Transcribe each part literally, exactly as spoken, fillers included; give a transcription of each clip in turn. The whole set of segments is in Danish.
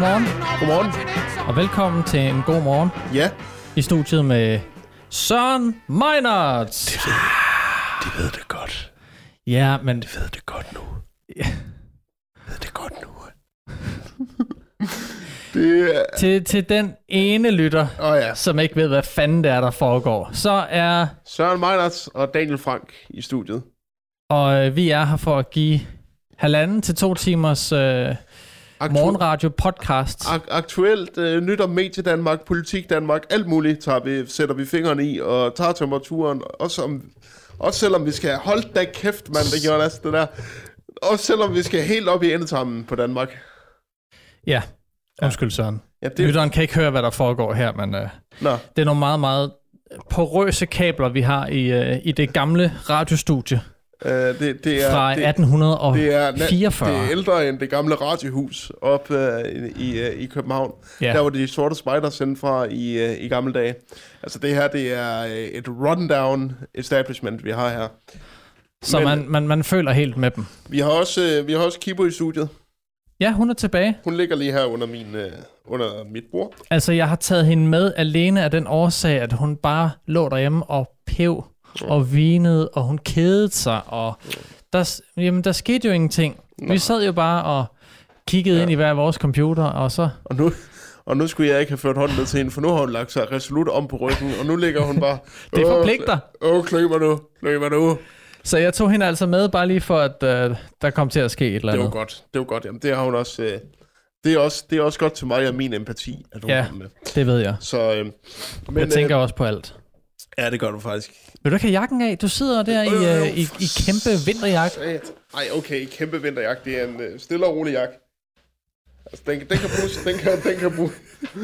Godmorgen. Godmorgen. Og velkommen til en god morgen. Ja. I studiet med Søren Meinertz. De ved, de ved det godt. Ja, men... De ved det godt nu. Ja. De ved det godt nu. det er... til, til den ene lytter, oh, ja. som ikke ved, hvad fanden det er, der foregår, så er... Søren Meinertz og Daniel Frank i studiet. Og øh, vi er her for at give halvanden til to timers øh, Aktu- morgenradio podcast. Ak- aktuelt øh, nyt om Medie Danmark, Politik Danmark, alt muligt tager vi, sætter vi fingrene i og tager temperaturen. Også, om, også selvom vi skal holde da kæft, mand, det gjorde næsten det der. Også selvom vi skal helt op i endetarmen på Danmark. Ja, undskyld Søren. Ja, det... Lytteren kan ikke høre, hvad der foregår her, men øh, det er nogle meget, meget porøse kabler, vi har i, øh, i det gamle radiostudie. Uh, det, det er, fra atten fireogfyrre. Det er, det er ældre end det gamle radiohus op uh, i, uh, i København. Yeah. Der var de sorte spejder sendt fra i, uh, i gamle dage. Altså det her, det er et rundown establishment, vi har her. Så Men, man, man, man føler helt med dem. Vi har også, uh, vi har også Kibo i studiet. Ja, hun er tilbage. Hun ligger lige her under, min, uh, under mit bord. Altså jeg har taget hende med alene af den årsag, at hun bare lå derhjemme og pev. Og vinede, og hun kedede sig, og der, jamen, der skete jo ingenting. Nå. Vi sad jo bare og kiggede ja. ind i hver vores computer, og så... Og nu, og nu skulle jeg ikke have ført hånden ned til hende, for nu har hun lagt sig resolut om på ryggen, og nu ligger hun bare... Det forpligter. Åh, kløg mig nu, kløg mig nu. Så jeg tog hende altså med, bare lige for, at uh, der kom til at ske et eller andet. Det var godt, det var godt. Jamen, det har hun også... Uh, det, er også det er også godt til mig og min empati, at hun ja, kom med. Det ved jeg. Så, uh, men, jeg tænker uh, også på alt. Ja, det gør du faktisk. Vil du ikke have jakken af? Du sidder der i, øh, øh, i, i kæmpe vinterjakke. Nej, okay, kæmpe vinterjakke. Det er en øh, stille og rolig jakke. Altså, den, den kan bruges, den kan, den kan bruges,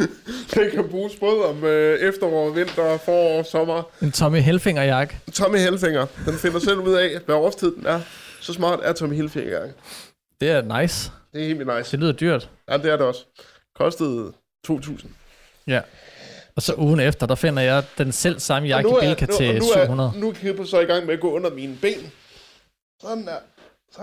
den kan bruges både om øh, efterår, vinter, forår, sommer. En Tommy Hilfiger-jakke. Tommy Hilfiger. Den finder selv ud af, hvad årstid den er. Så smart er Tommy Hilfiger-jakke. Det er nice. Det er helt vildt nice. Det lyder dyrt. Ja, det er det også. Kostede to tusind. Ja. Og så ugen efter, der finder jeg den selv samme jakke i Bilka til nu syv hundrede. Er, nu er Kipper så i gang med at gå under mine ben. Sådan der. Så.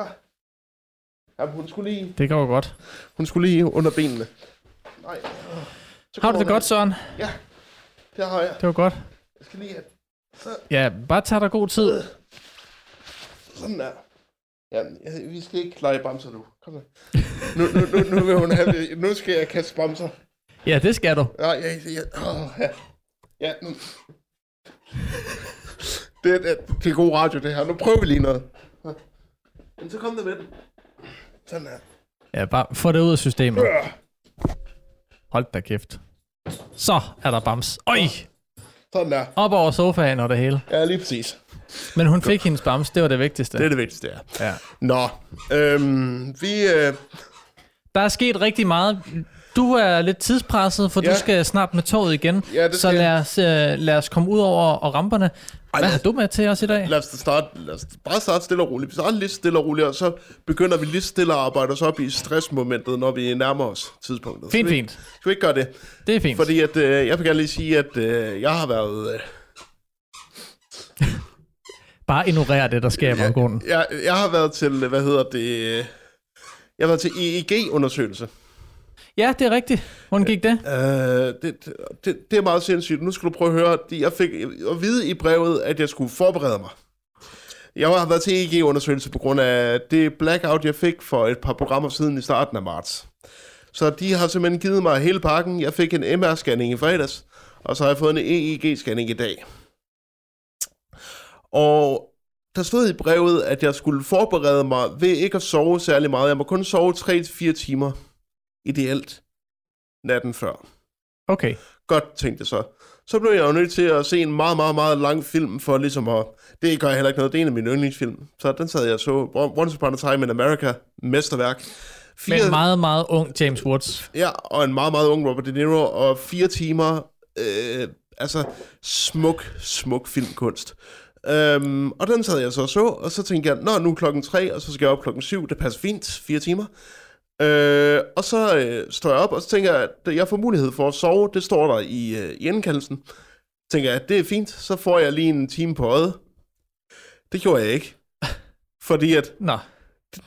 Jamen, hun skulle lige... Det går godt. Hun skulle lige under benene. Nej. Så har du det godt, Søren? Ja, det har jeg. Det var godt. Jeg skal lige have... Så. Ja, bare tag dig god tid. Sådan der. Ja, vi skal ikke lege bamser nu. Kom så. Nu, nu, nu, nu, vil hun have, nu skal jeg kaste bamser. Ja, det skal du. Ja, ja, ja. Oh, ja. Ja, nu. Det, det, det er god radio, det her. Nu prøver vi lige noget. Men så kom det med den. Sådan her. Ja, bare få det ud af systemet. Hold da kæft. Så er der bams. Øj! Sådan der. Op over sofaen og det hele. Ja, lige præcis. Men hun fik hendes bams, det var det vigtigste. Det er det vigtigste, ja. Ja. Nå, øhm, vi... Øh... Der er sket rigtig meget. Du er lidt tidspresset, for ja. Du skal snart med toget igen. Ja, så lad os, uh, lad os komme ud over og ramperne. Hvad Ej, har du med til os i dag? Lad os, starte, lad os bare starte stille og roligt. Vi starter lidt stille og roligt, og så begynder vi lige stille at arbejde os op i stressmomentet, når vi nærmer os tidspunktet. Fint, skal fint. Vi, skal vi ikke gøre det? Det er fint. Fordi at, øh, jeg vil gerne lige sige, at øh, jeg har været... Øh... bare ignorer det, der sker i baggrunden. Jeg, jeg, jeg har været til, hvad hedder det... Jeg har været til E E G-undersøgelse. Ja, det er rigtigt. Hvordan gik det? Øh, det, det? Det er meget sindssygt. Nu skal du prøve at høre. Jeg fik at vide i brevet, at jeg skulle forberede mig. Jeg har været til E E G-undersøgelse på grund af det blackout, jeg fik for et par programmer siden i starten af marts. Så de har simpelthen givet mig hele pakken. Jeg fik en M R-scanning i fredags, og så har jeg fået en E E G-scanning i dag. Og der stod i brevet, at jeg skulle forberede mig ved ikke at sove særlig meget. Jeg må kun sove tre til fire timer. Ideelt natten før. Okay. Godt, tænkte jeg så. Så blev jeg jo nødt til at se en meget, meget, meget lang film for ligesom at... Det gør jeg heller ikke noget. Det er en af mine yndlingsfilm. Så den sad jeg og så. Once Upon a Time in America. Mesterværk. Fire... Med en meget, meget ung James Woods. Ja, og en meget, meget ung Robert De Niro. Og fire timer... Øh, altså, smuk, smuk filmkunst. Um, og den sad jeg så og så. Og så tænkte jeg, nå, nu er klokken tre, og så skal jeg op klokken syv. Det passer fint. Fire timer. Øh, og så øh, står jeg op, og så tænker jeg, at jeg får mulighed for at sove. Det står der i, øh, i indkaldelsen. Tænker jeg, at det er fint. Så får jeg lige en time på øjet. Det gjorde jeg ikke. Fordi at Nå. Det,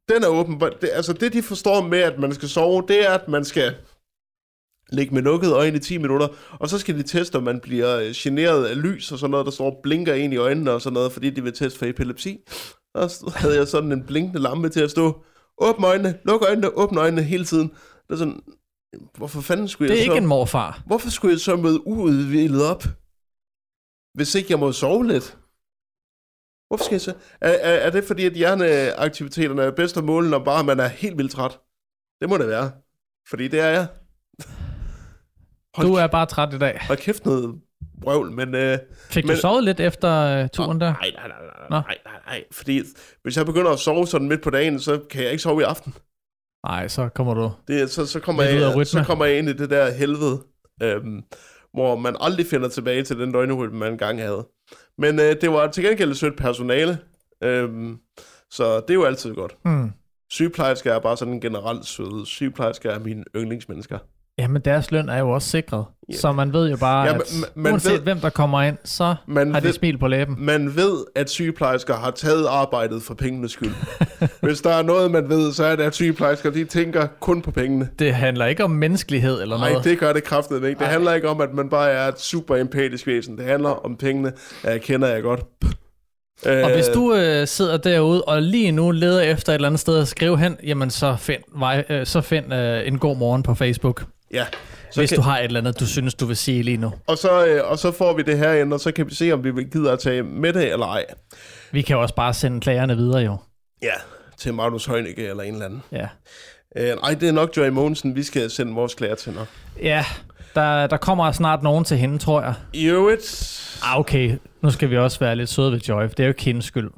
Den er åben. Det, altså det, de forstår med, at man skal sove, det er, at man skal ligge med lukkede øjne i ti minutter, og så skal de teste, om man bliver generet af lys og sådan noget, der står og blinker ind i øjnene og sådan noget, fordi de vil teste for epilepsi. Og så havde jeg sådan en blinkende lampe til at stå, åbne øjnene, lukke øjnene, åbne øjnene hele tiden. Det er sådan, hvorfor fanden skulle jeg så... Det er ikke en morfar. Hvorfor skulle jeg så møde uudvildet op, hvis ikke jeg må sove lidt? Hvorfor skal jeg så... Er, er, er det fordi, at hjerneaktiviteterne er bedst at måle, når bare man er helt vildt træt? Det må det være. Fordi det er jeg. Hold du er bare træt i dag. Hold kæft noget brøvl, men... Øh, Fik men, du sovet lidt efter uh, turen der? Nej, nej, nej, nej, nej, nej, nej. Fordi hvis jeg begynder at sove sådan midt på dagen, så kan jeg ikke sove i aften. Nej, så kommer du... Det, så, så, kommer jeg, så kommer jeg ind i det der helvede, øhm, hvor man aldrig finder tilbage til den døgnrytme, man engang havde. Men øh, det var til gengæld et sødt personale, øhm, så det er jo altid godt. Hmm. Sygeplejersker er bare sådan generelt søde. Sygeplejersker er mine yndlingsmennesker. Jamen, deres løn er jo også sikret. Yeah. Så man ved jo bare, ja, at man, man uanset ved, hvem der kommer ind, så har de ved, smil på læben. Man ved, at sygeplejersker har taget arbejdet for pengenes skyld. Hvis der er noget, man ved, så er det, at sygeplejersker, de tænker kun på pengene. Det handler ikke om menneskelighed eller Nej, noget. Nej, det gør det kraftedeme ikke. Det Ej. handler ikke om, at man bare er et super empatisk væsen. Det handler om pengene. Ja, kender jeg godt. Og hvis du øh, sidder derude og lige nu leder efter et eller andet sted at skrive hen, jamen så find, vej, øh, så find øh, en god morgen på Facebook. Ja. Så hvis kan... du har et eller andet, du synes, du vil sige lige nu. Og så, øh, og så får vi det her ind, og så kan vi se, om vi gider at tage med det eller ej. Vi kan også bare sende klagerne videre jo. Ja, til Magnus Heunicke eller en eller anden. Ja. Øh, ej, det er nok Joy Mogensen, vi skal sende vores klager til nok. Ja, der, der kommer snart nogen til hende, tror jeg. Jo, it. Ah, okay. Nu skal vi også være lidt søde ved Joy, for det er jo ikke hendes skyld,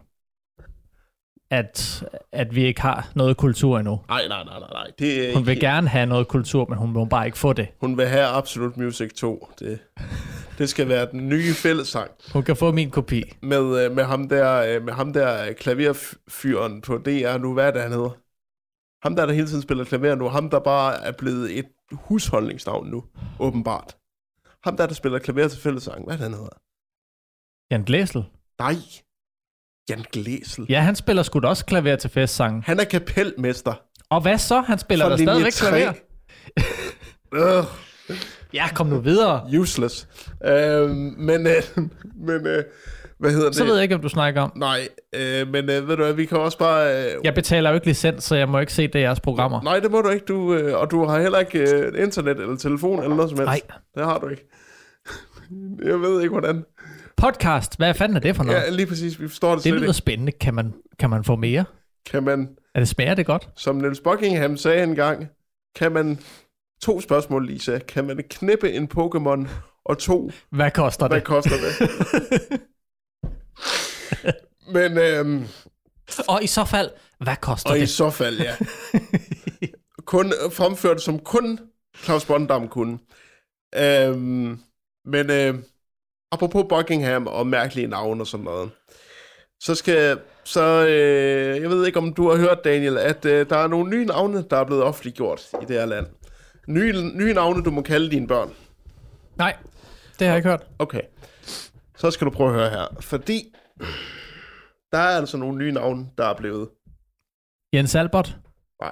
at, at vi ikke har noget kultur endnu. Nej, nej, nej, nej. Det er hun vil ikke... gerne have noget kultur, men hun må bare ikke få det. Hun vil have Absolute Music to. Det, det skal være den nye fællessang. Hun kan få min kopi. Med, med ham der, med ham der klaverfyren på D R nu. Hvad er det, han hedder? Ham der, der hele tiden spiller klaver nu. Ham, der bare er blevet et husholdningsnavn nu, åbenbart. Ham der, der spiller klaver til fællessang. Hvad er det, han hedder? Jan Glæsel? Nej. Jan Glæsel. Ja, han spiller sgu da også klaver til festsangen. Han er kapelmester. Og hvad så? Han spiller der stadigvæk klaver. uh. Ja, kom nu videre. Useless. Uh, men, uh, men uh, hvad hedder det? Så ved jeg ikke, om du snakker om. Nej, uh, men uh, ved du hvad, vi kan også bare... Uh, jeg betaler jo ikke licens, så jeg må ikke se det i jeres programmer. Nej, det må du ikke. Du, uh, og du har heller ikke uh, internet eller telefon eller noget som helst. Nej. Det har du ikke. Jeg ved ikke, hvordan... Podcast, hvad fanden er det for noget? Ja, lige præcis, vi forstår det. Det lyder spændende. Kan man, kan man få mere? Kan man... Er det smager det godt? Som Niels Buckingham sagde engang, kan man... To spørgsmål, Lisa. Kan man knippe en Pokémon? Og to... Hvad koster hvad det? Hvad koster det? Men... Øhm, og i så fald, hvad koster og det? Og i så fald, ja. kun fremført som kun Claus Bondam kunne. Øhm, men... Øhm, apropos Buckingham og mærkelige navne og sådan noget, så skal så øh, jeg ved ikke om du har hørt, Daniel, at øh, der er nogle nye navne, der er blevet offentliggjort i det her land. Nye, nye navne, du må kalde dine børn. Nej, det har jeg ikke hørt. Okay, så skal du prøve at høre her, fordi der er altså nogle nye navne, der er blevet. Jens Albert? Nej.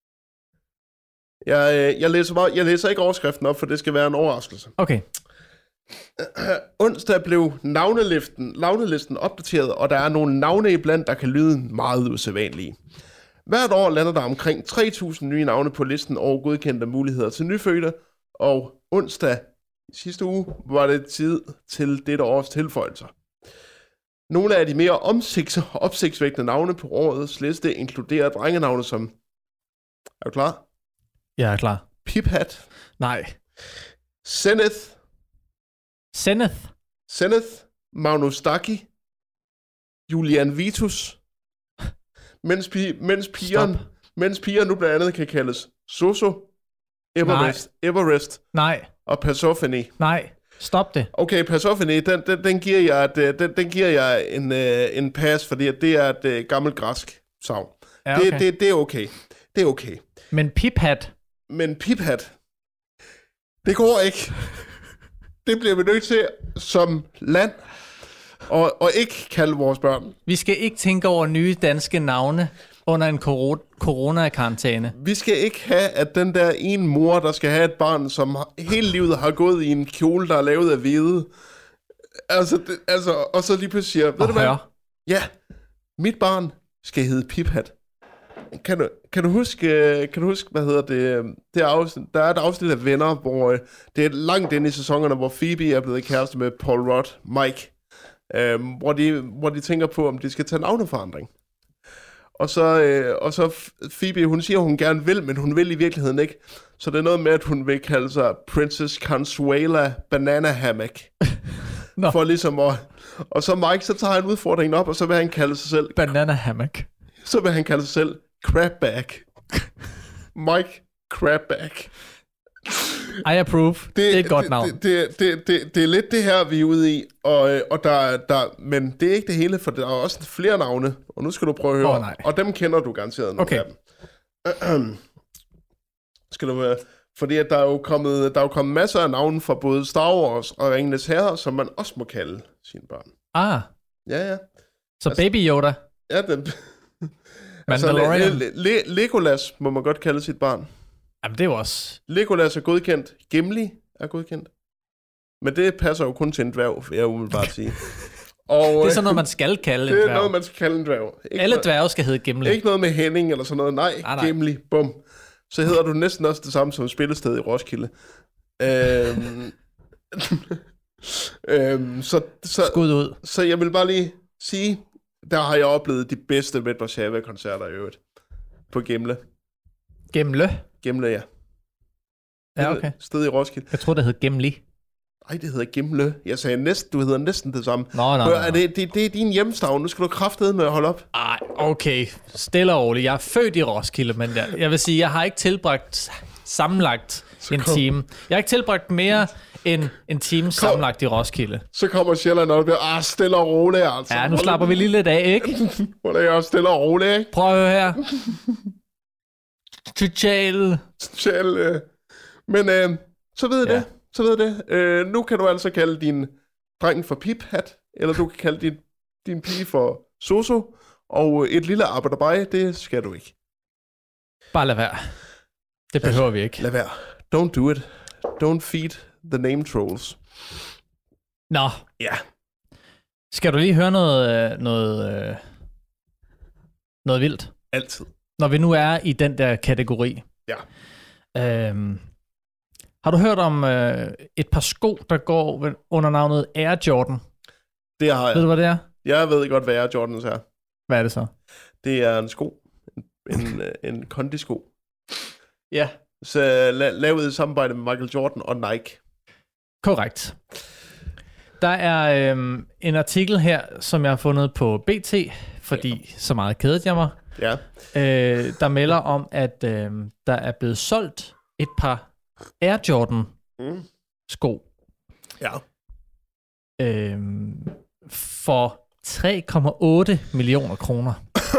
Jeg, øh, jeg, læser bare, jeg læser ikke overskriften op, for det skal være en overraskelse. Okay. Onsdag blev navnelisten, navnelisten opdateret, og der er nogle navne iblandt, der kan lyde meget usædvanlige. Hvert år lander der omkring tre tusind nye navne på listen over godkendte muligheder til nyfødte, og onsdag sidste uge var det tid til dette års tilføjelser. Nogle af de mere omsigts- opsigtsvækkende navne på årets liste inkluderer drengenavne som... Er du klar? Jeg er klar. Piphat. Nej. Zenith. Zenith. Zenith, Magnus Daki, Julian Vitus, mens, pi- mens, pigeren, mens piger nu blandt andet kan kaldes Soso, Everest, Everest Nej. og Persephone. Nej, stop det. Okay, Persephone, den, den, den, giver jeg et, den, den giver jeg en, uh, en pass, fordi det er et uh, gammelt græsk savn. Ja, okay. det, det, det er okay. Det er okay. Men Piphat? Men Piphat, det går ikke. Det bliver vi nødt til som land, og, og ikke kalde vores børn. Vi skal ikke tænke over nye danske navne under en kor- corona-karantæne. Vi skal ikke have, at den der ene mor, der skal have et barn, som hele livet har gået i en kjole, der er lavet af hvide. Altså, det, altså og så lige pludselig siger, ved Og du hvad? hør. Ja, mit barn skal hedde Piphat. Kan du, kan du huske, kan du huske, hvad hedder det, det afsnit, der er et afsnit af Venner, hvor øh, det er langt inde i sæsonerne, hvor Phoebe er blevet kæreste med Paul Rudd, Mike, øh, hvor, de, hvor de tænker på, om de skal tage navneforandring. Og så, øh, og så Phoebe, hun siger, hun gerne vil, men hun vil i virkeligheden ikke. Så det er noget med, at hun vil kalde sig Princess Consuela Banana Hammock. Nå. For ligesom at... Og så Mike, så tager han udfordringen op, og så vil han kalde sig selv... Banana Hammock. Så vil han kalde sig selv Crabback. Mike Crabback. I approve. Det, det er et godt navn. Det, det, det, det, det er lidt det her, vi er ude i. Og, og der, der, men det er ikke det hele, for der er også flere navne. Og nu skal du prøve at høre. Oh, nej. Og dem kender du garanteret nogle Okay. af dem. Skal du være... Fordi at der er jo kommet, der er jo kommet masser af navne fra både Star Wars og Ringenes Herre, som man også må kalde sine børn. Ah, Ja, ja. så altså, Baby Yoda. Ja, den... Mandalorian. altså, Le- Le- Legolas må man godt kalde sit barn. Jamen, det er jo også... Legolas er godkendt. Gimli er godkendt. Men det passer jo kun til en dværg, vil jeg umiddelbart sige. Og, Det er sådan noget, man skal kalde en det er dværg. noget, man skal kalde en dværg. Ikke Alle noget, dværge skal hedde Gimli. ikke noget med Henning eller sådan noget. Nej, Nej, nej. Gimli. Bum. Så hedder du næsten også det samme som spillested i Roskilde. øhm, øhm, så, så, Skud ud. så jeg vil bare lige sige, der har jeg oplevet de bedste Medvarsjava-koncerter i øvrigt. På Gimle. Gimle. Gimle, ja. Ja, okay. Sted i Roskilde. Jeg tror det hed Gimli. Nej, det hedder Gimle. Jeg sagde næsten, du hedder næsten det samme. Nå, nå, Hør, nå. er det, det, det er din hjemstavn. Nu skal du kraftedeme med at holde op. Ej, okay. Stille og roligt. Jeg er født i Roskilde, men jeg, jeg vil sige, jeg har ikke tilbragt sammenlagt en kom. time. Jeg har ikke tilbragt mere end en time sammenlagt i Roskilde. Så kommer Sjælland op og bliver, ah, stille og roligt, altså. Ja, nu slapper vi lige lidt af, ikke? Hvor er jeg stille og roligt, ikke? Prøv at høre her. Total. Sjæl, øh. Men øh, så ved jeg Ja. det. Så ved jeg det. Øh, nu kan du altså kalde din dreng for Piphat, eller du kan kalde din, din pige for Soso, og et lille arbejderbej, det skal du ikke. Bare lad være. Det behøver vi ikke. Lad være. Don't do it. Don't feed the name trolls. Nå, Ja. skal du lige høre noget, øh, noget, øh, noget vildt? Altid. Når vi nu er i den der kategori. Ja. Øhm, har du hørt om øh, et par sko, der går under navnet Air Jordan? Det har jeg. Ved du, hvad det er? Jeg ved godt, hvad er Jordans er. Hvad er det så? Det er en sko. En, en, en kondisko. Ja. Så la- lavet i samarbejde med Michael Jordan og Nike. Korrekt. Der er øhm, en artikel her, som jeg har fundet på B T, fordi ja. så meget kædede jeg mig, Ja. øh, der melder om, at øh, der er blevet solgt et par Air Jordan Mm. sko Ja. øh, for tre komma otte millioner kroner.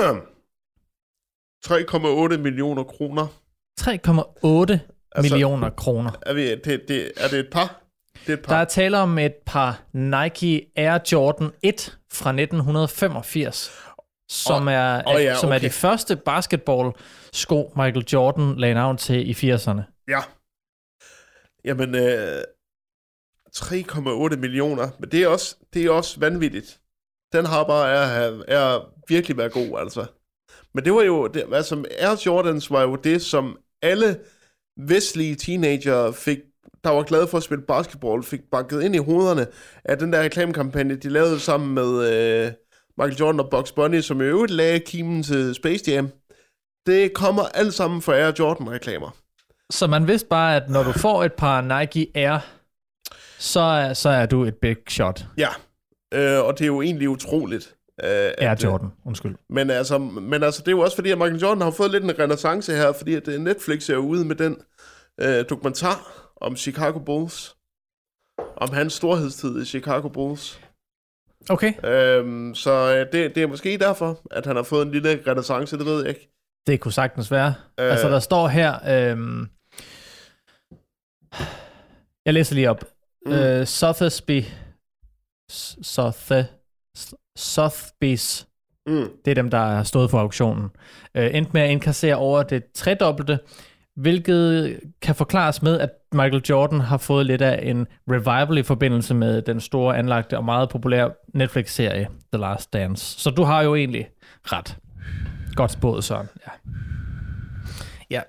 tre komma otte millioner kroner. tre komma otte Altså, millioner kroner. Er, vi, det, det, er det et par? Det er et par. Der er tale om et par Nike Air Jordan et fra nitten femogfirs, som Og- er, og ja, som er okay. de første basketball-sko, Michael Jordan lagde navn til i firserne. Ja. Jamen, øh, tre komma otte millioner. Men det er, også, det er også vanvittigt. Den har bare er, er virkelig været god, altså. Men det var jo, det, altså Air Jordans var jo det, som alle vestlige teenager fik, der var glade for at spille basketball, fik banket ind i hovederne af den der reklamekampagne, de lavede sammen med øh, Michael Jordan og Bugs Bunny, som i øvrigt lagde kimen til Space Jam. Det kommer alt sammen fra Air Jordan-reklamer. Så man vidste bare, at når du får et par Nike Air, så er, så er du et big shot. Ja, øh, og det er jo egentlig utroligt. Øh, Air at, Jordan, undskyld. Men altså, men altså, det er jo også fordi, at Michael Jordan har fået lidt en renaissance her, fordi at øh, Netflix er jo ude med den øh, dokumentar om Chicago Bulls. Om hans storhedstid i Chicago Bulls. Okay. Øhm, så øh, det, det er måske derfor, at han har fået en lille renaissance, det ved jeg ikke. Det kunne sagtens være. Øh. Altså, der står her... Øhm, jeg læser lige op. Mm. Øh, Sotheby... Sothe, Sotheby's Mm. Det er dem, der har stået for auktionen. Øh, endte med at inkassere over det tredobbelte, hvilket kan forklares med, at Michael Jordan har fået lidt af en revival i forbindelse med den store, anlagte og meget populære Netflix-serie The Last Dance. Så du har jo egentlig ret. Godt spået, Søren. Ja. Ja.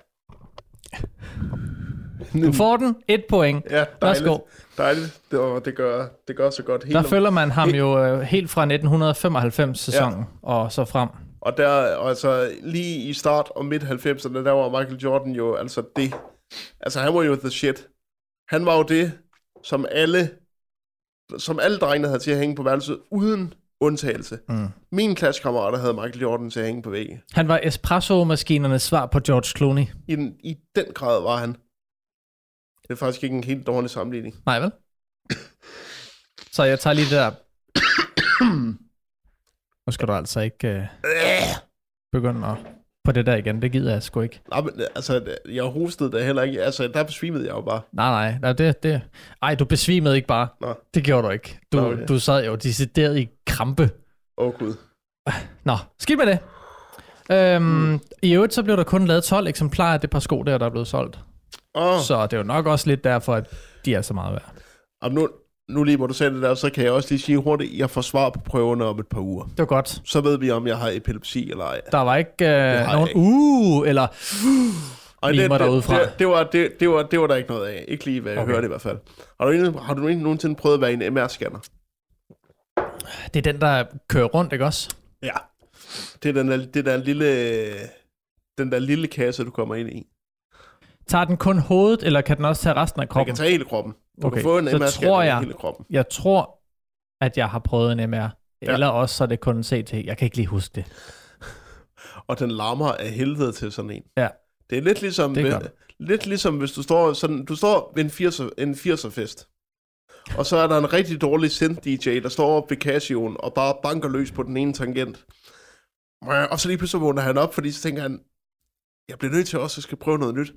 Du får den. Et point. Ja, dejligt. Værsgo. Dejligt. Det, var, det, gør, det gør så godt. Helt der følger man ham jo øh, helt fra nitten femoghalvfems-sæsonen ja. og så frem. Og der, altså lige i start og midt halvfemserne, der var Michael Jordan jo altså det. Altså han var jo the shit. Han var jo det, som alle, som alle drengene havde til at hænge på værelset, uden undtagelse. Mm. Mine klassekammerater havde Michael Jordan til at hænge på væggen. Han var espresso-maskinernes svar på George Clooney. I den, I den grad var han. Det er faktisk ikke en helt dårlig sammenligning. Nej, vel? Så jeg tager lige det der. Nu skal du altså ikke øh, begynde at på det der igen. Det gider jeg sgu ikke. Nej, men altså, jeg hostede der heller ikke. Altså, der besvimede jeg jo bare. Nej, nej. det, det. Ej, du besvimede ikke bare. Nå. Det gjorde du ikke. Du, okay. du sad jo decideret i krampe. Åh, oh, Gud. Nå, skidt med det. Øhm, mm. I øvrigt så blev der kun lavet tolv eksemplarer af det par sko der, der er blevet solgt. Oh. Så det er jo nok også lidt derfor, at de er så meget værd. Jamen nu, nu lige hvor du sagde det der, så kan jeg også lige sige hurtigt, jeg får svar på prøverne om et par uger. Det var godt. Så ved vi, om jeg har epilepsi eller ej. Der var ikke øh, nogen uh eller uh, mimer derudefra. Det, det, var, det, det, var, det var der ikke noget af. Ikke lige, hvad jeg okay. hørte i hvert fald. Har du, egentlig, har du egentlig nogensinde prøvet at være en M R-scanner? Det er den, der kører rundt, ikke også? Ja. Det er den der, det der lille, den der lille kasse, du kommer ind i. Tager den kun hovedet, eller kan den også tage resten af kroppen? Den kan tage hele kroppen. Du okay. kan få en så M R-scanner i hele kroppen. Jeg tror, at jeg har prøvet en M R. Ja. Eller også så er det kun en C T. Jeg kan ikke lige huske det. Og den larmer af helvede til sådan en. Ja. Det er lidt ligesom, ved, lidt ligesom hvis du står, sådan, du står ved en firser, en firser-fest. Og så er der en rigtig dårlig synth-D J, der står oppe ved Casioen og bare banker løs på den ene tangent. Og så lige pludselig vågner han op, fordi så tænker han, jeg bliver nødt til også at skal prøve noget nyt.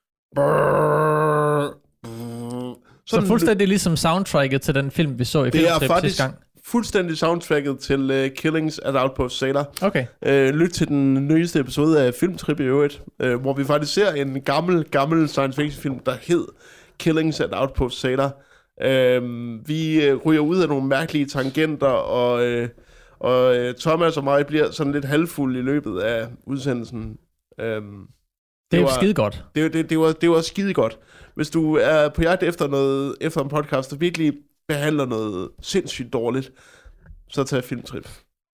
Så fuldstændig ligesom soundtracket til den film, vi så i Filmtrip sidste gang? Det er faktisk fuldstændig soundtracket til uh, Killings at Outpost Sailor. Okay. Uh, lyt til den nyeste episode af Filmtrip i øvrigt, uh, hvor vi faktisk ser en gammel, gammel science fiction film, der hed Killings at Outpost Sailor. Uh, vi uh, ryger ud af nogle mærkelige tangenter, og, uh, og uh, Thomas og mig bliver sådan lidt halvfulde i løbet af udsendelsen. Um, Det er jo skide godt. Det, det, det, var, det var skide godt. Hvis du er på jagt efter, noget, efter en podcast, der virkelig behandler noget sindssygt dårligt, så tag Filmtrip.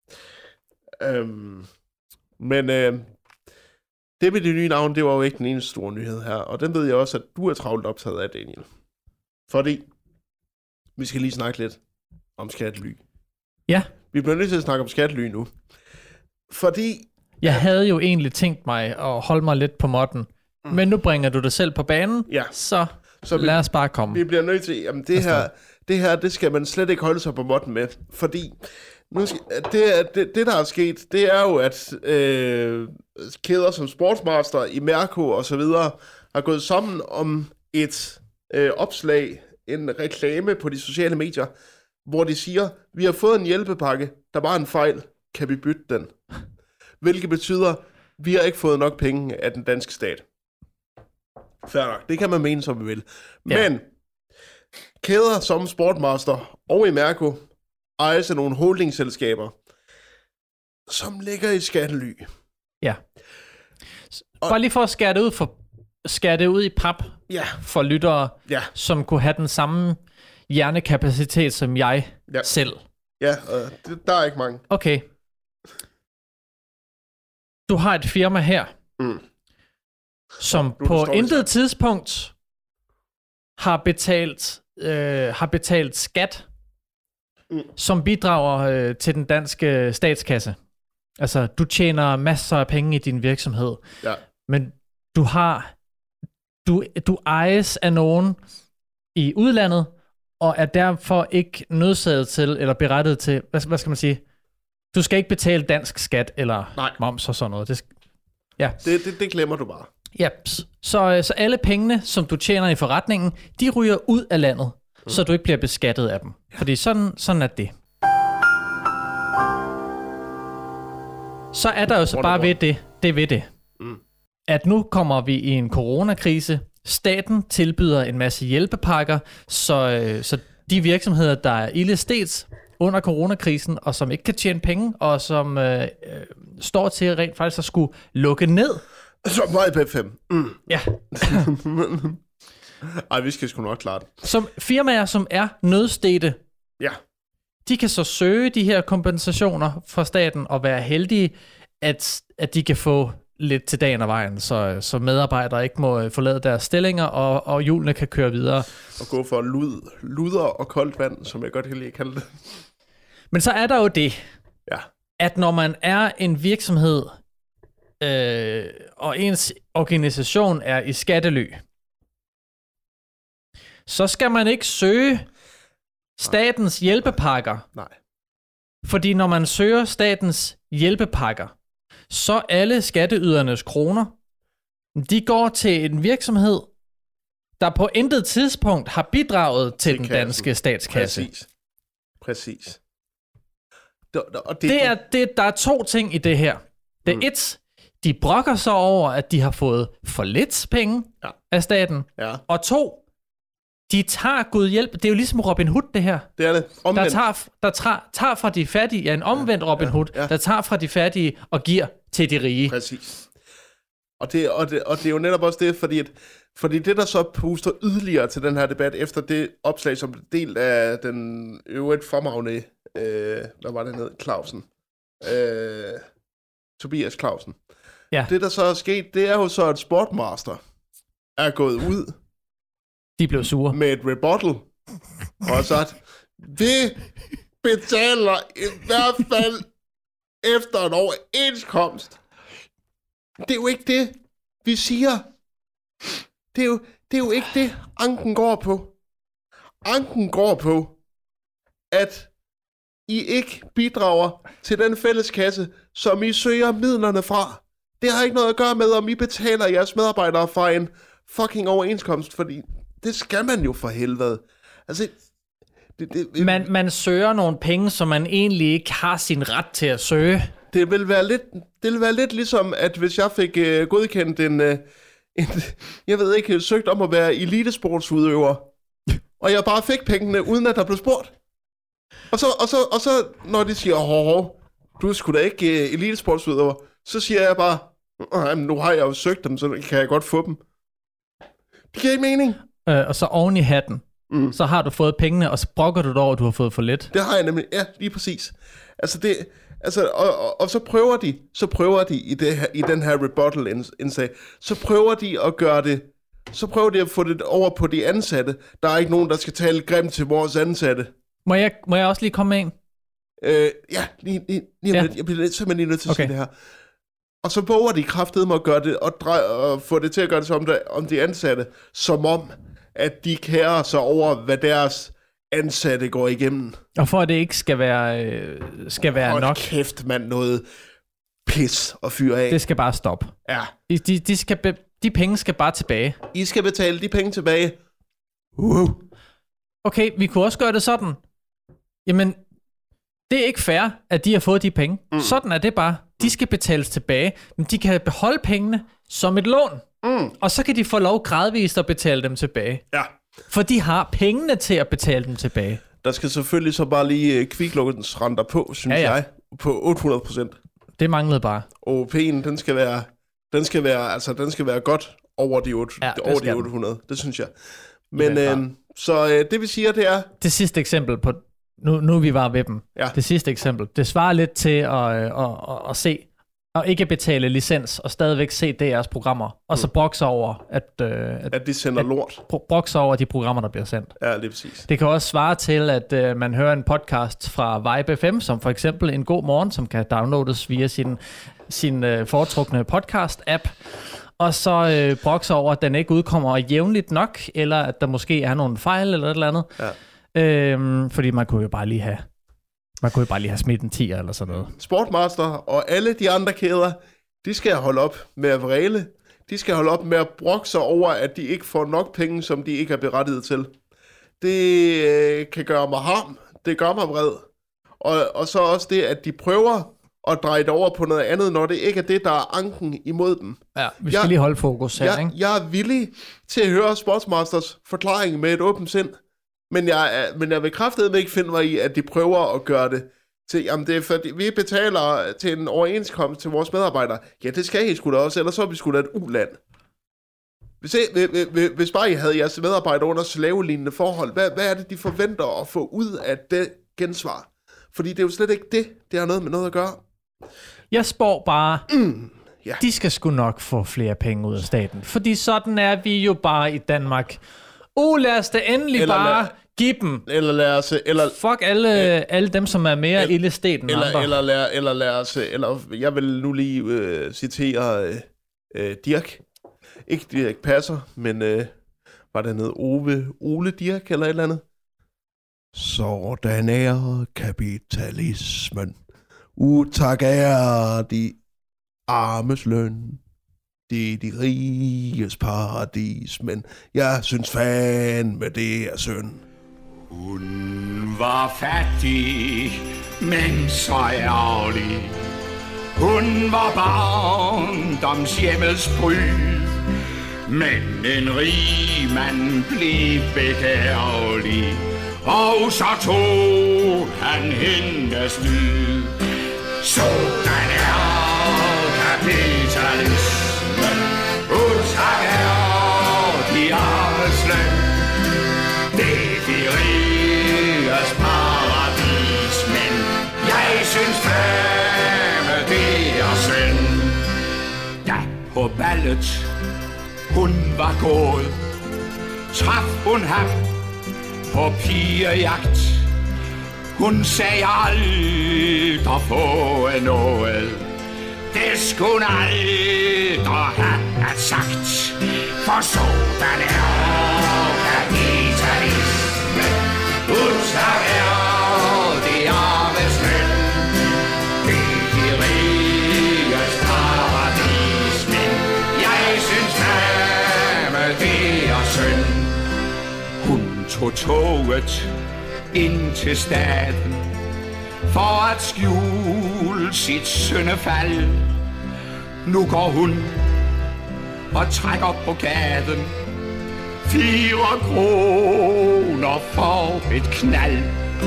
Øhm, men øh, det med det nye navn, det var jo ikke den eneste store nyhed her. Og den ved jeg også, at du er travlt optaget af, Daniel. Fordi vi skal lige snakke lidt om skattely. Ja. Vi bliver nødt til at snakke om skattely nu. Fordi jeg havde jo egentlig tænkt mig at holde mig lidt på måtten, mm. men nu bringer du dig selv på banen, ja. så, så vi, lad os bare komme. Vi bliver nødt til, jamen det her, det her, det skal man slet ikke holde sig på måtten med, fordi nu skal, det, det, det, der er sket, det er jo, at øh, kæder som Sportsmaster, Imerco og så videre, har gået sammen om et øh, opslag, en reklame på de sociale medier, hvor de siger, vi har fået en hjælpepakke, der var en fejl, kan vi bytte den? Hvilket betyder, vi har ikke fået nok penge af den danske stat. Fair nok, det kan man mene, som vi vil. Ja. Men kæder som Sportmaster og Imerco ejes af nogle holdingselskaber, som ligger i skattely. Ja. Og bare lige for at skære det ud, for, skære det ud i pap ja. for lyttere, ja. som kunne have den samme hjernekapacitet som jeg ja. selv. Ja, øh, det, der er ikke mange. Okay. Du har et firma her, mm. som ja, på intet tidspunkt har betalt, øh, har betalt skat, mm. som bidrager øh, til den danske statskasse. Altså, du tjener masser af penge i din virksomhed, ja. men du har, du, du ejes af nogen i udlandet, og er derfor ikke nødsaget til, eller berettiget til, hvad, hvad skal man sige, du skal ikke betale dansk skat, eller Nej. moms og sådan noget. Det, ja. det, det, det glemmer du bare. Ja, så, så alle pengene, som du tjener i forretningen, de ryger ud af landet, mm. så du ikke bliver beskattet af dem. Ja. Fordi sådan, sådan er det. Så er der jo så bare ved det, det ved det, Mm. at nu kommer vi i en coronakrise. Staten tilbyder en masse hjælpepakker, så, øh, så de virksomheder, der er ildesteds under coronakrisen, og som ikke kan tjene penge, og som øh, øh, står til rent faktisk at skulle lukke ned. Som var i B fem. Mm. Ja. Ej, vi skal sgu nok klare det. Som firmaer, som er nødstedte, Ja. de kan så søge de her kompensationer fra staten og være heldige, at, at de kan få lidt til dagen og vejen, så, så medarbejdere ikke må forlade deres stillinger, og, og hjulene kan køre videre. Og gå for lud, luder og koldt vand, som jeg godt kan lide at kalde det. Men så er der jo det, Ja. at når man er en virksomhed, øh, og ens organisation er i skattely, så skal man ikke søge statens hjælpepakker. Nej. Fordi når man søger statens hjælpepakker, så alle skatteydernes kroner, de går til en virksomhed, der på intet tidspunkt har bidraget til, til den kassen. Danske statskasse. Præcis. Præcis. Det, og det, det er, det, der er to ting i det her. Det er mm. et, de brokker sig over, at de har fået for lidt penge ja. af staten. Ja. Og to, de tager Gud hjælp. Det er jo ligesom Robin Hood, det her. Det er det. Omvendt. Der tager, der tager, tager fra de fattige, ja, en omvendt ja, Robin ja, Hood, ja. der tager fra de fattige og giver til de rige. Præcis. Og det, og, det, og det er jo netop også det, fordi, at, fordi det, der så puster yderligere til den her debat, efter det opslag, som blev delt af den øvrigt fremragende, øh, hvad var det ned, Clausen, øh, Tobias Clausen. Ja. Det, der så er sket, det er jo så, at Sportmaster er gået ud. De blev sure. Med et rebuttal. Og så at vi betaler i hvert fald efter en overenskomst. Det er jo ikke det, vi siger. Det er jo, det er jo ikke det, anken går på. Anken går på, at I ikke bidrager til den fælleskasse, som I søger midlerne fra. Det har ikke noget at gøre med, om I betaler jeres medarbejdere fra en fucking overenskomst, fordi det skal man jo for helvede. Altså, det, det, man, man søger nogle penge, som man egentlig ikke har sin ret til at søge. Det vil være lidt, det vil være lidt ligesom, at hvis jeg fik uh, godkendt en, uh, en, jeg ved ikke, søgt om at være elitesportsudøver, og jeg bare fik pengene, uden at der blev spurgt. Og så, og så, og så når de siger, hov, hov, du er sgu da ikke uh, elitesportsudøver, så siger jeg bare, nu har jeg jo søgt dem, så kan jeg godt få dem. Det giver ikke mening. Øh, og så oven i hatten, mm. så har du fået pengene, og så brokker du dig over, at du har fået for lidt. Det har jeg nemlig, ja, lige præcis. Altså det, altså, og, og, og så prøver de, så prøver de i, det her, i den her rebuttal indsag, så prøver de at gøre det, så prøver de at få det over på de ansatte. Der er ikke nogen, der skal tale grimt til vores ansatte. Må jeg, må jeg også lige komme med en? Øh, ja, lige, lige, lige ja. Jeg bliver simpelthen lige nødt til at okay. sige det her. Og så våger de kraftedeme at gøre det, og, drej, og få det til at gøre det som det, om de ansatte, som om, at de kærer sig over, hvad deres ansatte går igennem. Og for at det ikke skal være, øh, skal være Hold nok. kæft, mand, noget pis at fyre af. Det skal bare stoppe. Ja. De, de, skal be, de penge skal bare tilbage. I skal betale de penge tilbage. Uh. Okay, vi kunne også gøre det sådan. Jamen, det er ikke fair, at de har fået de penge. Mm. Sådan er det bare. De skal betales tilbage, men de kan beholde pengene som et lån. Mm. Og så kan de få lov gradvist at betale dem tilbage. Ja. For de har pengene til at betale dem tilbage. Der skal selvfølgelig så bare lige kviklukkens renter på, synes ja, ja. jeg, på otte hundrede procent. Det manglede bare. Og P'en, den skal være, den skal være, altså den skal være godt over de, otte, ja, over de otte hundrede. Det synes jeg. Men øh, så øh, det vi siger, det er... Det sidste eksempel på... Nu, nu er vi bare ved dem. Ja. Det sidste eksempel. Det svarer lidt til at, at, at, at se, og ikke betale licens, og stadigvæk se D R's programmer, og så brokse over, at, at, at de sender at, lort. Brokse over de programmer, der bliver sendt. Ja, lige præcis. Det kan også svare til, at uh, man hører en podcast fra Vibe F M, som for eksempel En God Morgen, som kan downloades via sin, sin uh, foretrukne podcast-app, og så uh, brokse over, at den ikke udkommer jævnligt nok, eller at der måske er nogle fejl, eller et eller andet. Ja. Øhm, fordi man kunne jo bare lige have man kunne jo bare lige have smidt en tier eller sådan noget. Sportmaster og alle de andre kæder, de skal holde op med at vræle. De skal holde op med at brokke sig over, at de ikke får nok penge, som de ikke er berettiget til. Det øh, kan gøre mig harm. Det gør mig vred. Og, og så også det, at de prøver og dreje det over på noget andet, når det ikke er det, der er anken imod dem. Ja, vi skal jeg, lige holde fokus her, jeg, ikke? Jeg er villig til at høre Sportsmasters forklaring med et åbent sind, men jeg, men jeg vil kraftedeme ikke finde mig i, at de prøver at gøre det til, jamen det er fordi, vi betaler til en overenskomst til vores medarbejdere. Ja, det skal I sgu da også, ellers så er vi sgu da et uland. Hvis, I, hvis bare I havde jeres medarbejdere under slavelignende forhold, hvad, hvad er det, de forventer at få ud af det gensvar? Fordi det er jo slet ikke det, det har noget med noget at gøre. Jeg spår bare, mm, ja. de skal sgu nok få flere penge ud af staten. Fordi sådan er vi jo bare i Danmark. Oh, lad os da endelig eller bare lad, give dem. Eller lad os... Eller, Fuck alle, øh, alle dem, som er mere eller, ildestet end eller, andre. Eller lad, eller lad os... Eller, jeg vil nu lige øh, citere øh, øh, Dirch. Ikke Dirch Passer, men øh, var der noget Ove, Ole Dirch eller et eller andet? Sådan er kapitalismen. Utak er de armes løn. Det er de riges paradis, men jeg synes fandme, det er synd. Hun var fattig, men så ærgerlig. Hun var barndomshjemmets bryd, men en rig mand blev begærlig, og så tog han hendes lyd. Sådan er kapitalismen. Utak er de armes løn. Det er de riges paradis, men jeg synes fandme det er synd. Da på ballet hun var gået, traf hun ham på pigejagt. Hun sagde aldrig få noget. Det skulle hun aldrig have sagt. For sådan er kapitalismen. Utak er de armes løn. Det er de riges paradis, men jeg synes fandme det er synd. Hun tog toget ind til staden for at skjule sit syndefald. Nu går hun og trækker på gaden fire kroner for et knald.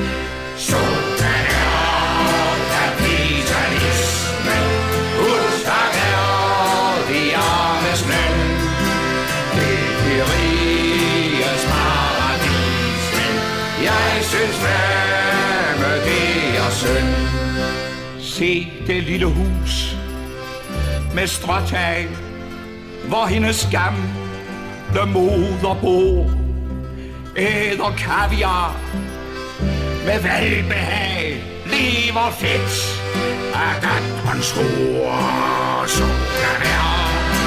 Sådan er kapitalismen. Utak er de armes løn. Det er de riges paradis, men jeg synes fandme det er synd. Se det lille hus med stråtag, hvor hendes gamle moder bor, æder kaviar med velbehag, lever fedt af datterens ord. Sådan er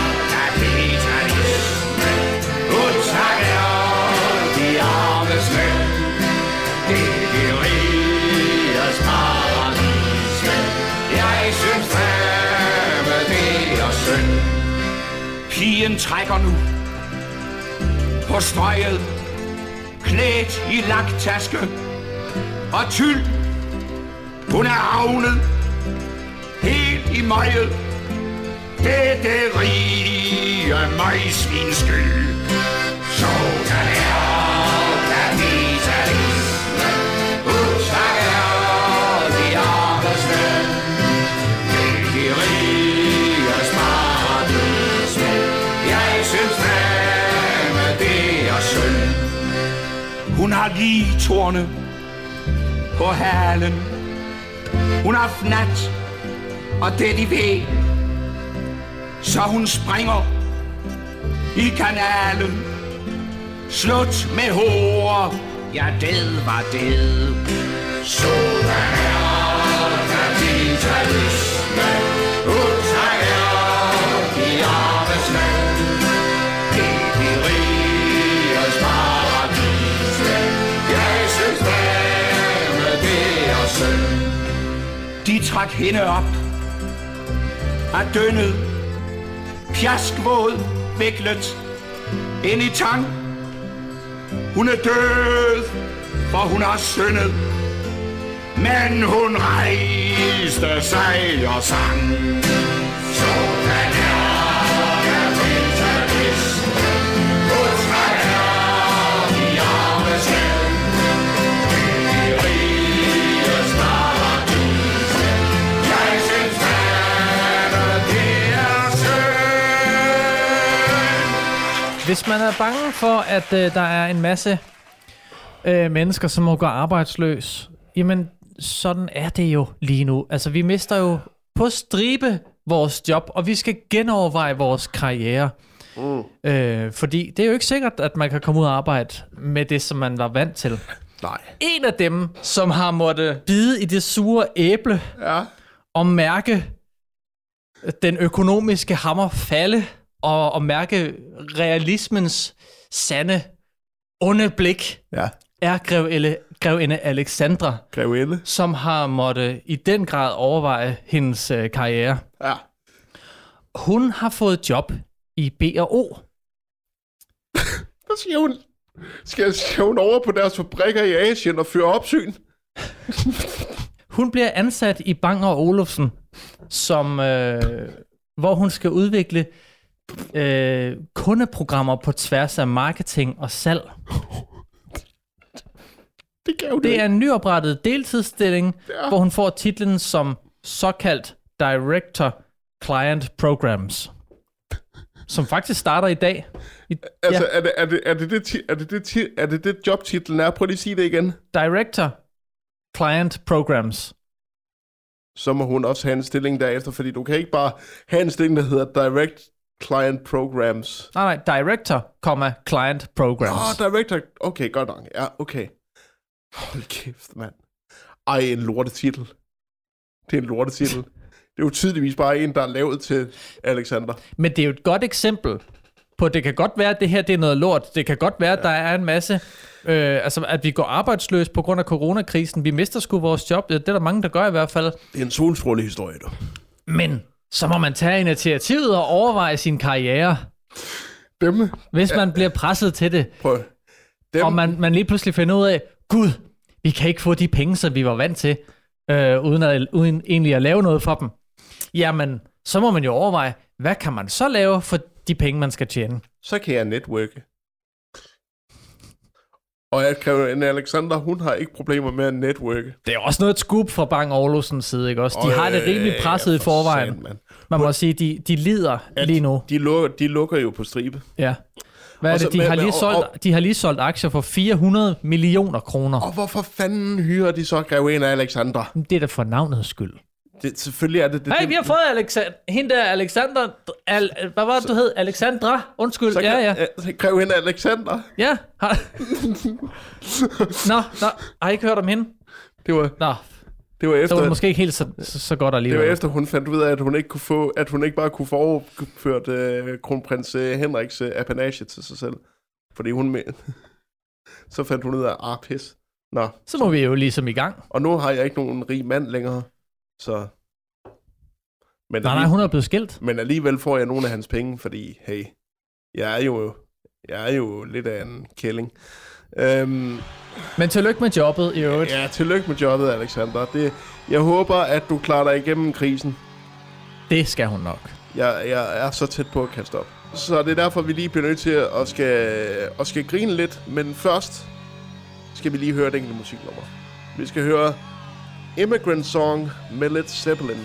kapitalismen. Utak er de armes løn. Det er de riges paradis, men jeg synes fandme det er synd. Pigen trækker nu på strøget, klædt i laktaske og tyld. Hun er havnet helt i møget. Det er det rige møgsvins skyld. Sådan er kapitalismen. Utak er de armes løn. Det er de riges paradis, men jeg synes fandme det er synd. Hun har lige torne på halen. Hun har fnat, og det de ved. Så hun springer i kanalen. Slut med hår, ja det var det. Sådan er kapitalismen. Utak er de armes løn. Det er de riges paradis, men jeg synes fandme det er synd. De trak hende op af dønnet, pjaskvåd, viklet ind i tang. Hun er død, for hun har syndet. Men hun rejste sig og sang. Så kan jeg væltes. Hun trækker de arme selv. I rigets paradis. Jeg synes, at det er synd. Hvis man er bange for, at øh, der er en masse øh, mennesker, som må gå arbejdsløs, jamen sådan er det jo lige nu. Altså vi mister jo på stribe vores job, og vi skal genoverveje vores karriere. Mm. Øh, fordi det er jo ikke sikkert, at man kan komme ud og arbejde med det, som man var vant til. Nej. En af dem, som har måttet bide i det sure æble, Ja. og mærke den økonomiske hammer falde, og, og mærke realismens sande, onde blik, Ja. er grevinde, grevinde Alexandra, Grevinde. som har måttet i den grad overveje hendes øh, karriere. Ja. Hun har fået job i B og O. Hvad siger hun? Skal, skal hun over på deres fabrikker i Asien og føre opsyn? Hun bliver ansat i Bang og Olufsen, som, øh, hvor hun skal udvikle øh, kundeprogrammer på tværs af marketing og salg. Det kan jo Det er en nyoprettet deltidsstilling, Ja. hvor hun får titlen som såkaldt Director Client Programs, som faktisk starter i dag. I, Altså, ja, er, det, er, det, er, det det, ti- er, det det, ti- er det det jobtitlen er? Prøv lige at sige det igen. Director Client Programs. Så må hun også have en stilling derefter, fordi du kan ikke bare have en stilling, der hedder Direct Client Programs. Nej, nej, Director, comma, Client Programs. Åh, oh, Director. Okay, godt nok. Ja, okay. Hold kæft, mand. Ej, en lortetitel. Det er en lortetitel. Det er jo tydeligvis bare en, der er lavet til Alexander. Men det er jo et godt eksempel på, det kan godt være, at det her det er noget lort. Det kan godt være, at der er en masse, øh, altså at vi går arbejdsløs på grund af coronakrisen. Vi mister sgu vores job. Det er der mange, der gør i hvert fald. Det er en solstråle historie, du. Men så må man tage initiativet og overveje sin karriere, Dem, hvis man bliver presset til det. prøv. Dem, Og man, man lige pludselig finder ud af, gud, vi kan ikke få de penge, som vi var vant til, øh, uden, at, uden egentlig at lave noget for dem. Jamen, så må man jo overveje, hvad kan man så lave for de penge, man skal tjene? så kan jeg netværke. Og jeg kræver en Alexander, hun har ikke problemer med at netværke. Det er også noget scoop fra Bang Olufsens side, ikke også? De Og, har det rimelig øh, presset ja, i for forvejen. satan, mand. Man må sige, de, de lider At lige nu. De lukker, de lukker jo på stribe. Ja. Hvad er Og så- det? De, men- har men- lige og- solgt, og- de har lige solgt aktier for fire hundrede millioner kroner. Og hvorfor fanden hyrer de så grevinde Alexander? Det er da for navnets skyld. Det, selvfølgelig er det det. Hey, det, vi har fået Alexander. Hende der, Alexander. Al, hvad var det, du hed? Alexandra? Undskyld. så Ja, ja. Så grevinde Alexander. Ja. Har... Nå, nå. Har I ikke hørt om hende? Det var, Nå, det var så efter, var det måske ikke helt så, så, så godt det alligevel. var efter hun fandt ud af, at hun ikke kunne få, at hun ikke bare kunne få overført uh, kronprins uh, Henriks uh, apanage til sig selv. Fordi hun med... så fandt hun ud af, ah, pis. Nå, Så må vi jo ligesom i gang. og nu har jeg ikke nogen rig mand længere, så... Men, Nej, nej, alligevel, hun er blevet skilt. men alligevel får jeg nogle af hans penge, fordi, hey, jeg er jo, jeg er jo lidt af en kælling. Øhm, Men tillykke med jobbet i øvrigt. ja, tillykke med jobbet, Alexander. Det, jeg håber, at du klarer dig igennem krisen. Det skal hun nok. Jeg, jeg er så tæt på at kaste op. Så det er derfor, vi lige bliver nødt til at skal, at skal grine lidt. Men først skal vi lige høre et enkelt musiknummer. Vi skal høre Immigrant Song med Led Zeppelin.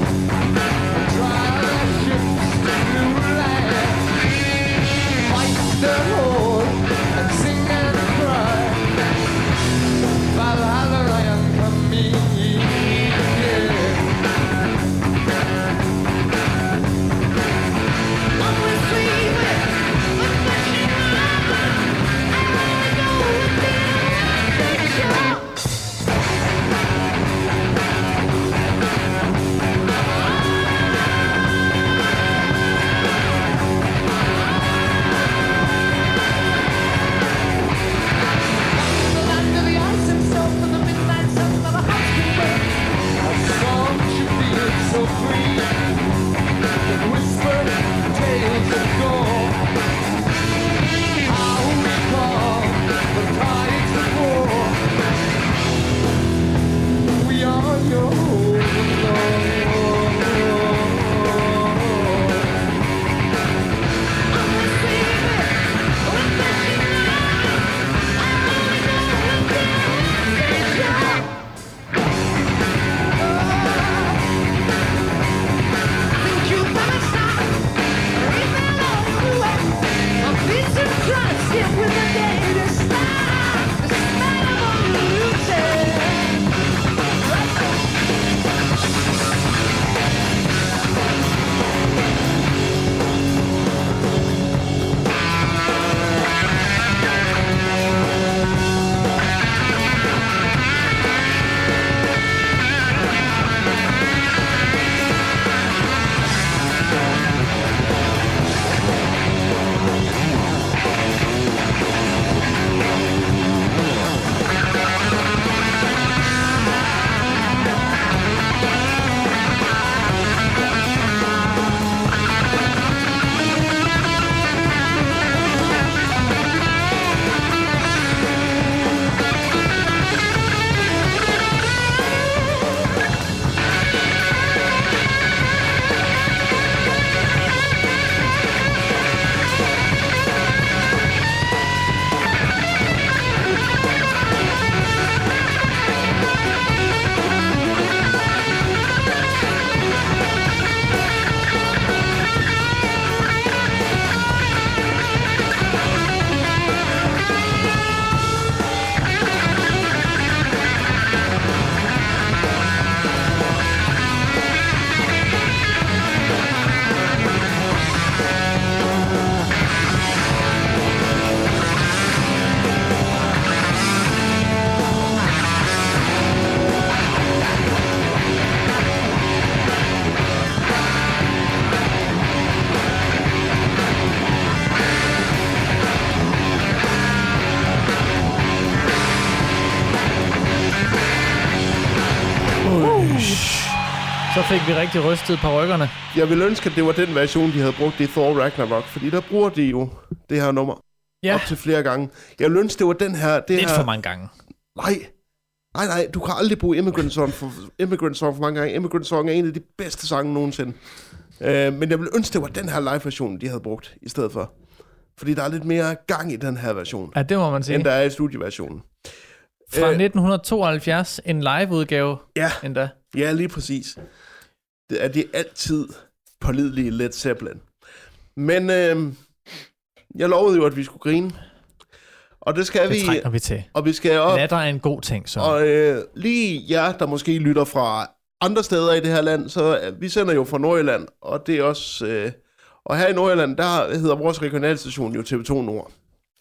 Fight Så fik vi rigtig rystet på ryggerne. Jeg ville ønske, at det var den version, de havde brugt i Thor Ragnarok, fordi der bruger de jo det her nummer Ja. op til flere gange. Jeg ville ønske, det var den her... Det Lidt her... for mange gange. Nej. Nej, nej, du kan aldrig bruge Immigrant Song for, Immigrant Song for mange gange. Immigrant Song er en af de bedste sange nogensinde. Uh, men jeg ville ønske, det var den her live-version, de havde brugt i stedet for. Fordi der er lidt mere gang i den her version, Ja, det må man sige. end der er i studieversionen. Fra Øh, nitten tooghalvfjerds, en live-udgave Ja. endda. Ja, lige præcis. Det er det altid pålidelige Led Zeppelin. Men øh, jeg lovede jo, at vi skulle grine. Og det skal Det vi. trænger vi til. Og vi skal op. Latter er en god ting, så. Og øh, lige jer, der måske lytter fra andre steder i det her land, så øh, vi sender jo fra Nordjylland, og det er også... Øh, og her i Nordjylland, der hedder vores regionalstation jo T V to Nord.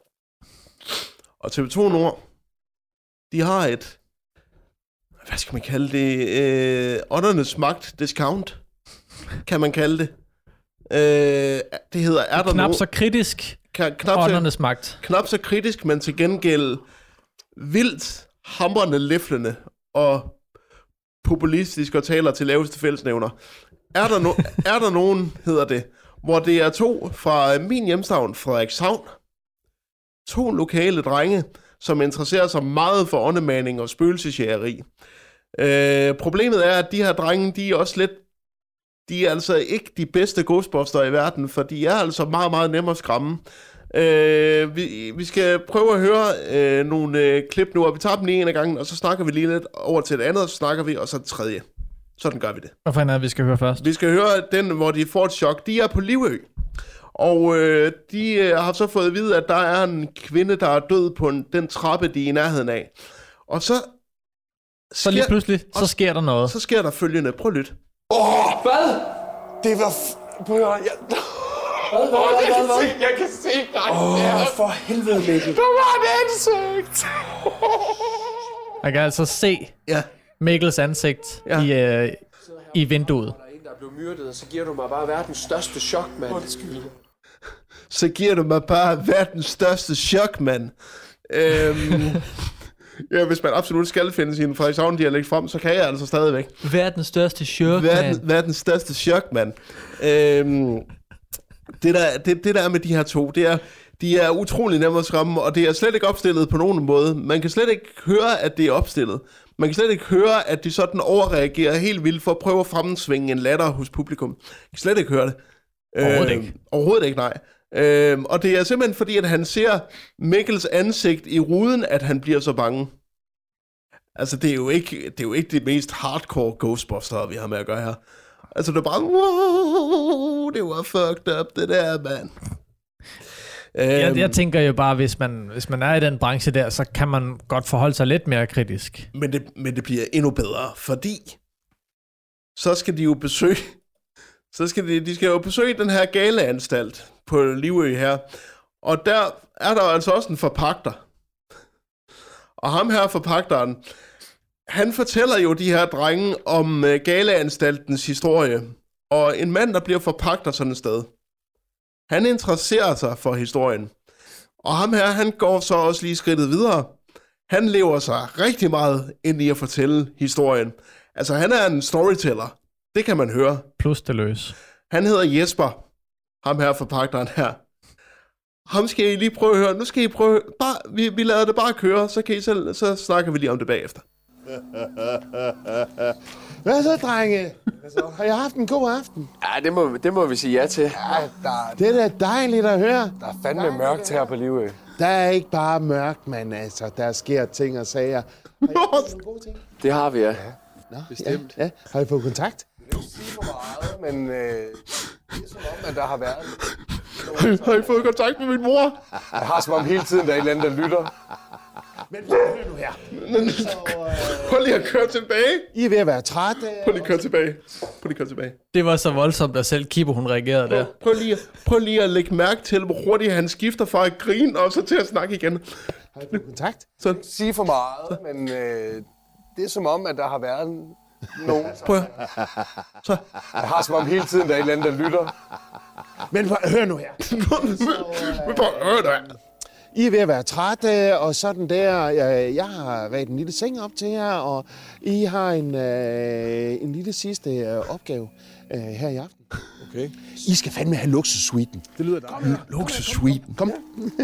Og T V to Nord, de har et... Hvad skal man kalde det? Øh, åndernes magt discount, kan man kalde det. Øh, det hedder... Er der Knap no- så kritisk, kan, knap, så, åndernes magt. knap så kritisk, men til gengæld vildt hamrende liflende og populistisk og taler til laveste fællesnævner. Er der, no- er der nogen, hedder det, hvor det er to fra min hjemstavn, Frederikshavn, to lokale drenge, som interesserer sig meget for åndemaning og spøgelsesjægeri. Øh, problemet er, at de her drenge, de er også lidt, de er altså ikke de bedste ghostbustere i verden, for de er altså meget, meget nemme at skræmme. Øh, vi, vi skal prøve at høre øh, nogle øh, klip nu, og vi tager dem lige en af gangen, og så snakker vi lige lidt over til det andet, og så snakker vi, og så det tredje. Sådan gør vi det. Hvad fanden er det, vi skal høre først? Vi skal høre den, hvor de får et chok. De er på Livø. Og øh, de øh, har så fået at vide, at der er en kvinde, der er død på en, den trappe, de er i nærheden af. Og så... Så lige pludselig, så sker der noget. Så sker der følgende. Prøv at lytte. Åh, hvad? Det var... F- Prøv at høre, jeg... Hvad, hvad, hvad, hvad, hvad? Jeg kan se dig. Åh, for helvede, Mikkel. Der var et ansigt. Jeg kan altså se Ja. Mikkels ansigt Ja. i, øh, i vinduet. Der er en, der er blevet myrdet, og så giver du mig bare verdens største chok, mand. Undskyld. Så giver du mig bare verdens største chok, mand. Øhm, ja, hvis man absolut skal finde sin Frederikshavn-dialekt frem, så kan jeg altså stadigvæk. Verdens største chok, Verden, verdens største chok, mand. Øhm, det, der, det, det der er med de her to, det er, de er utrolig nemme at skræmme, og det er slet ikke opstillet på nogen måde. Man kan slet ikke høre, at det er opstillet. Man kan slet ikke høre, at de sådan overreagerer helt vildt for at prøve at fremsvinge en latter hos publikum. Man kan slet ikke høre det. Overhovedet øhm, ikke. Overhovedet ikke, nej. Øhm, og det er simpelthen fordi, at han ser Mikkels ansigt i ruden, at han bliver så bange. Altså, det er jo ikke det, er jo ikke det mest hardcore Ghostbuster, vi har med at gøre her. Altså, det er bare, wow, det var fucked up, det der, mand. Jeg, Øhm, jeg tænker jo bare, hvis man, hvis man er i den branche der, så kan man godt forholde sig lidt mere kritisk. men, det, men det bliver endnu bedre, fordi så skal de jo besøge, så skal de, de skal jo besøge den her galeanstalt på Livø her, og der er der altså også en forpagter. Og ham her forpagteren, han fortæller jo de her drenge om uh, galeanstaltens historie, og en mand, der bliver forpagter sådan et sted, han interesserer sig for historien. Og ham her, han går så også lige skridtet videre. Han lever sig rigtig meget ind i at fortælle historien. Altså, han er en storyteller. Det kan man høre. Plus det løs. Han hedder Jesper. Ham her forpagteren her. Ham skal I lige prøve at høre. Nu skal I prøve... Bare, vi, vi lader det bare køre, så, kan I selv, så snakker vi lige om det bagefter. Hvad så, drenge? Altså, har jeg haft en god aften? Ja, det må, det må vi sige ja til. Ja, der, det er da dejligt at høre. Der er fandme mørkt her på Livø. Der er ikke bare mørkt, men altså, der sker ting og sager. Har I haft nogle gode ting? Det har vi, ja. Nå, Bestemt. Ja, ja. Har I fået kontakt? Det vil sige for meget, men øh, det er som om, at der har været... Har I fået kontakt med min mor? Jeg har som om hele tiden, der er et eller andet, der lytter. Men hør nu her. Prøv lige at køre tilbage. I er ved at være trætte. Prøv lige at køre tilbage. Prøv lige at køre tilbage. Det var så voldsomt, at selv Kippo, hun reagerede der. Prøv lige, prøv lige at lægge mærke til, hvor hurtigt han skifter fra at grine og så til at snakke igen. Har I fået kontakt? Så Sige for meget, men øh, det er som om, at der har været nogen... prøv at- Så. Jeg har som om hele tiden, der er et eller andet, der lytter. Men hør nu her. Vi bare hør dig. I er ved at være trætte, og sådan der. Jeg, jeg har været en lille seng op til jer, og I har en, øh, en lille sidste øh, opgave øh, her i aften. Okay. I skal fandme have luksussuiten. Det lyder dejligt. Luksussuiten. Kom.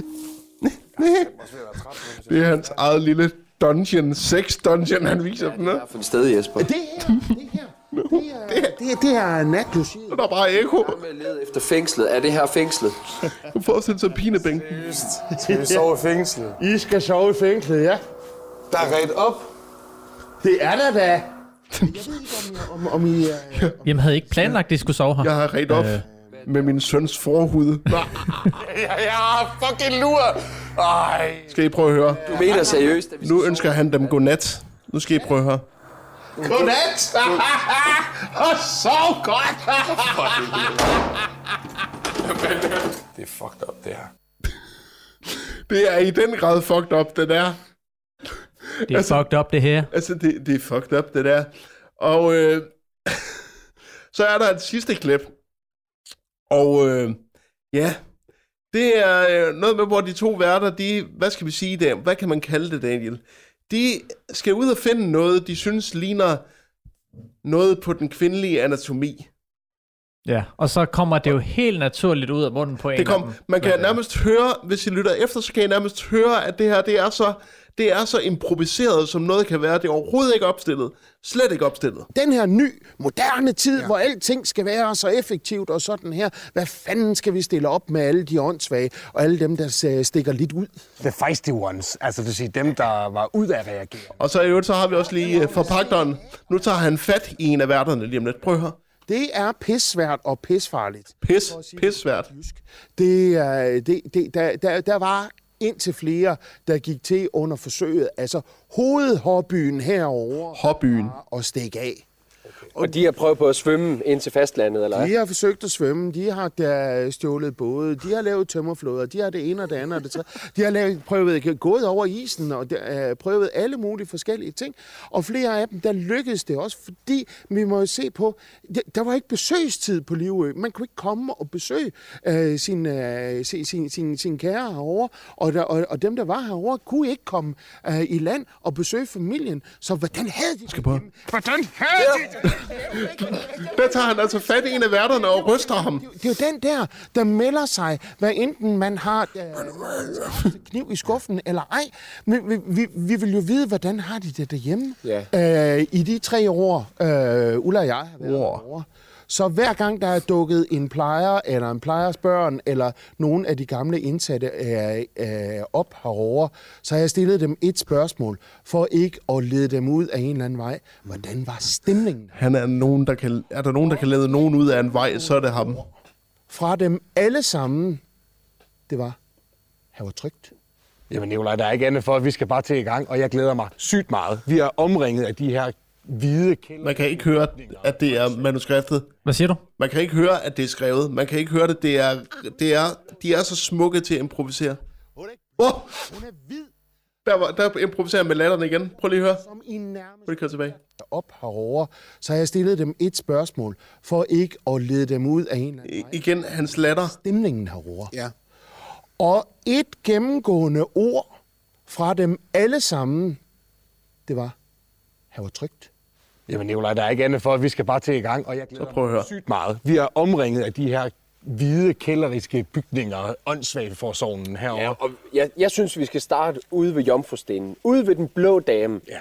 Det er hans eget lille dungeon, sex dungeon, han viser dem. Det er for et sted, Jesper. Det her, det her, det er, det er, det er natlogiet. Der er bare ekko. Med at lede efter fængslet. Er det her fængslet? Du får sådan en pinebænk. Skal vi sove i fængslet? I skal sove i fængslet, ja. Der er ret op. Det er der da. Jeg ved ikke, om I... Om, om I uh, Jamen, havde I ikke planlagt, at de skulle sove her? Jeg har ret op øh. med min søns forhud. Ja, ja, fucking lur. Ej. Skal I prøve at høre? Du mener seriøst, at vi Nu ønsker han dem godnat. Nu skal I prøve at høre. Godnat! Og sov godt! Det er fucked up, det her. Det er i den grad fucked up, det der. Det er altså, fucked up, det her. Altså, det, det er fucked up, det der. Og øh, så er der et sidste klip. Og øh, ja, det er øh, noget med, hvor de to værter, de, hvad skal vi sige der? Hvad kan man kalde det, Daniel? De skal ud og finde noget, de synes ligner noget på den kvindelige anatomi. Ja, og så kommer det jo helt naturligt ud af munden på en Det kom, af dem. man kan nærmest høre, hvis I lytter efter, så kan I nærmest høre, at det her, det er så, det er så improviseret, som noget kan være. Det er overhovedet ikke opstillet. Slet ikke opstillet. Den her ny, moderne tid, ja. Hvor alting skal være så effektivt og sådan her. Hvad fanden skal vi stille op med alle de åndssvage og alle dem, der stikker lidt ud? The feisty ones. Altså, det vil sige dem, der var ud af at reagere. Og så i øvrigt, så har vi også lige uh, forpagteren. Nu tager han fat i en af værterne lige om lidt. Prøv at høre. Det er pissvært og pissfarligt. Pis, pissvært. Det er, det, det, der, der, der var indtil flere, der gik til under forsøget. Altså hovedhobbyen herovre. Hobbyen. Og stikke af. Og de har prøvet på at svømme ind til fastlandet, eller hvad? De har forsøgt at svømme, de har der stjålet både, de har lavet tømmerflåder, de har det ene og det andet og det tredje. De har lavet, prøvet gået over isen og der, prøvet alle mulige forskellige ting. Og flere af dem, der lykkedes det også, fordi vi må jo se på, der var ikke besøgstid på Livø. Man kunne ikke komme og besøge øh, sin, øh, sin, sin, sin, sin kære herovre, og, der, og, og dem, der var herovre, kunne ikke komme øh, i land og besøge familien. Så hvordan havde de det? Hvordan havde de det? Der tager han altså fat i en af værterne og ryster ham. Det er jo den der, der melder sig, hvad enten man har øh, kniv i skuffen eller ej. Men vi, vi, vi vil jo vide, hvordan har de det derhjemme. Ja. Øh, I de tre år, øh, Ulla og jeg har været derovre. Så hver gang der er dukket en plejer, eller en plejers børn, eller nogle af de gamle indsatte øh, øh, op herovre, så har jeg stillet dem et spørgsmål, for ikke at lede dem ud af en eller anden vej. Hvordan var stemningen? Han er nogen, der kan, er der nogen, der kan lede nogen ud af en vej, så er det ham. Fra dem alle sammen, det var, her var trygt. Jamen Nicolaj, der er ikke andet for, at vi skal bare til i gang, og jeg glæder mig sygt meget. Vi er omringet af de her hvide kælder. Man kan ikke høre, at det er manuskriptet. Hvad siger du? Man kan ikke høre, at det er skrevet. Man kan ikke høre det. Det er, det er, de er så smukke til at improvisere. Hun er, Oh, hun er hvid, der, var, der improviserer med latterne igen. Prøv lige at høre. som i nærmest Prøv lige at tilbage. op herovre. Så har jeg stillet dem et spørgsmål, for ikke at lede dem ud af en eller anden I, vej. igen, hans latter. Stemningen herovre. Ja. Og et gennemgående ord fra dem alle sammen, det var, her var trygt. Jamen Nicolaj, der er ikke andet for, at vi skal bare til i gang, og jeg glæder Så prøv at høre. mig sygt meget. Vi er omringet af de her hvide kælderiske bygninger, åndssvagforsorgen herovre. Ja, og jeg, jeg synes, vi skal starte ude ved Jomfrustenen. Ude ved den blå dame. Ja.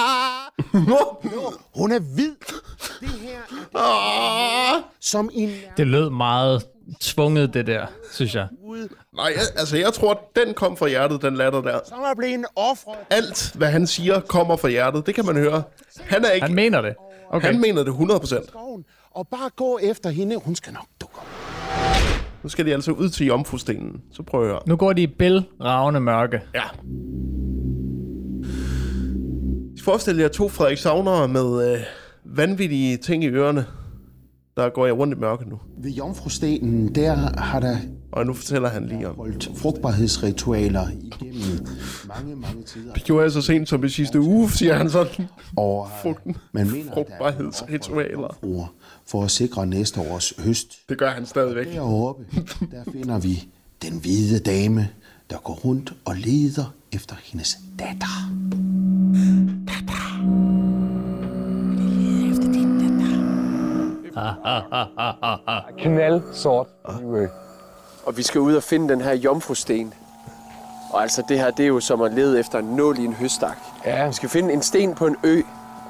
Hun er hvid. Det her er det, som i nærmest Det lød meget tvunget, det der, synes jeg. ude, Nej, jeg, altså jeg tror, at den kom fra hjertet, den latter der. som er blevet offret. Alt, hvad han siger, kommer fra hjertet. Det kan man høre. Han er ikke... Han mener det. Okay. Han mener det hundrede procent. Skoven, og bare gå efter hende. Hun skal nok dukke op. Nu skal de altså ud til Jomfrustenen. Så prøv at høre. Nu går de i bælragende mørke. Ja. Forestil jer to Frederik Saunere med øh, vanvittige ting i ørerne. Der går jeg rundt i mørket nu. Ved Jomfrustenen, der har der Og nu fortæller han lige om. holdt frugtbarhedsritualer igennem mange, mange tider. Det gjorde jeg så sent som i sidste uge, siger han sådan. Og Frugten. man mener, Frugtbarhedsritualer. for, for at sikre næste års høst. Det gør han stadigvæk. Deroppe, der finder vi den hvide dame, der går rundt og leder efter hendes datter. Datter. Leder efter din datter. Knald sort. Og vi skal ud og finde den her jomfrusten. Og altså det her, det er jo som at lede efter en nål i en høstak. Ja. Vi skal finde en sten på en ø.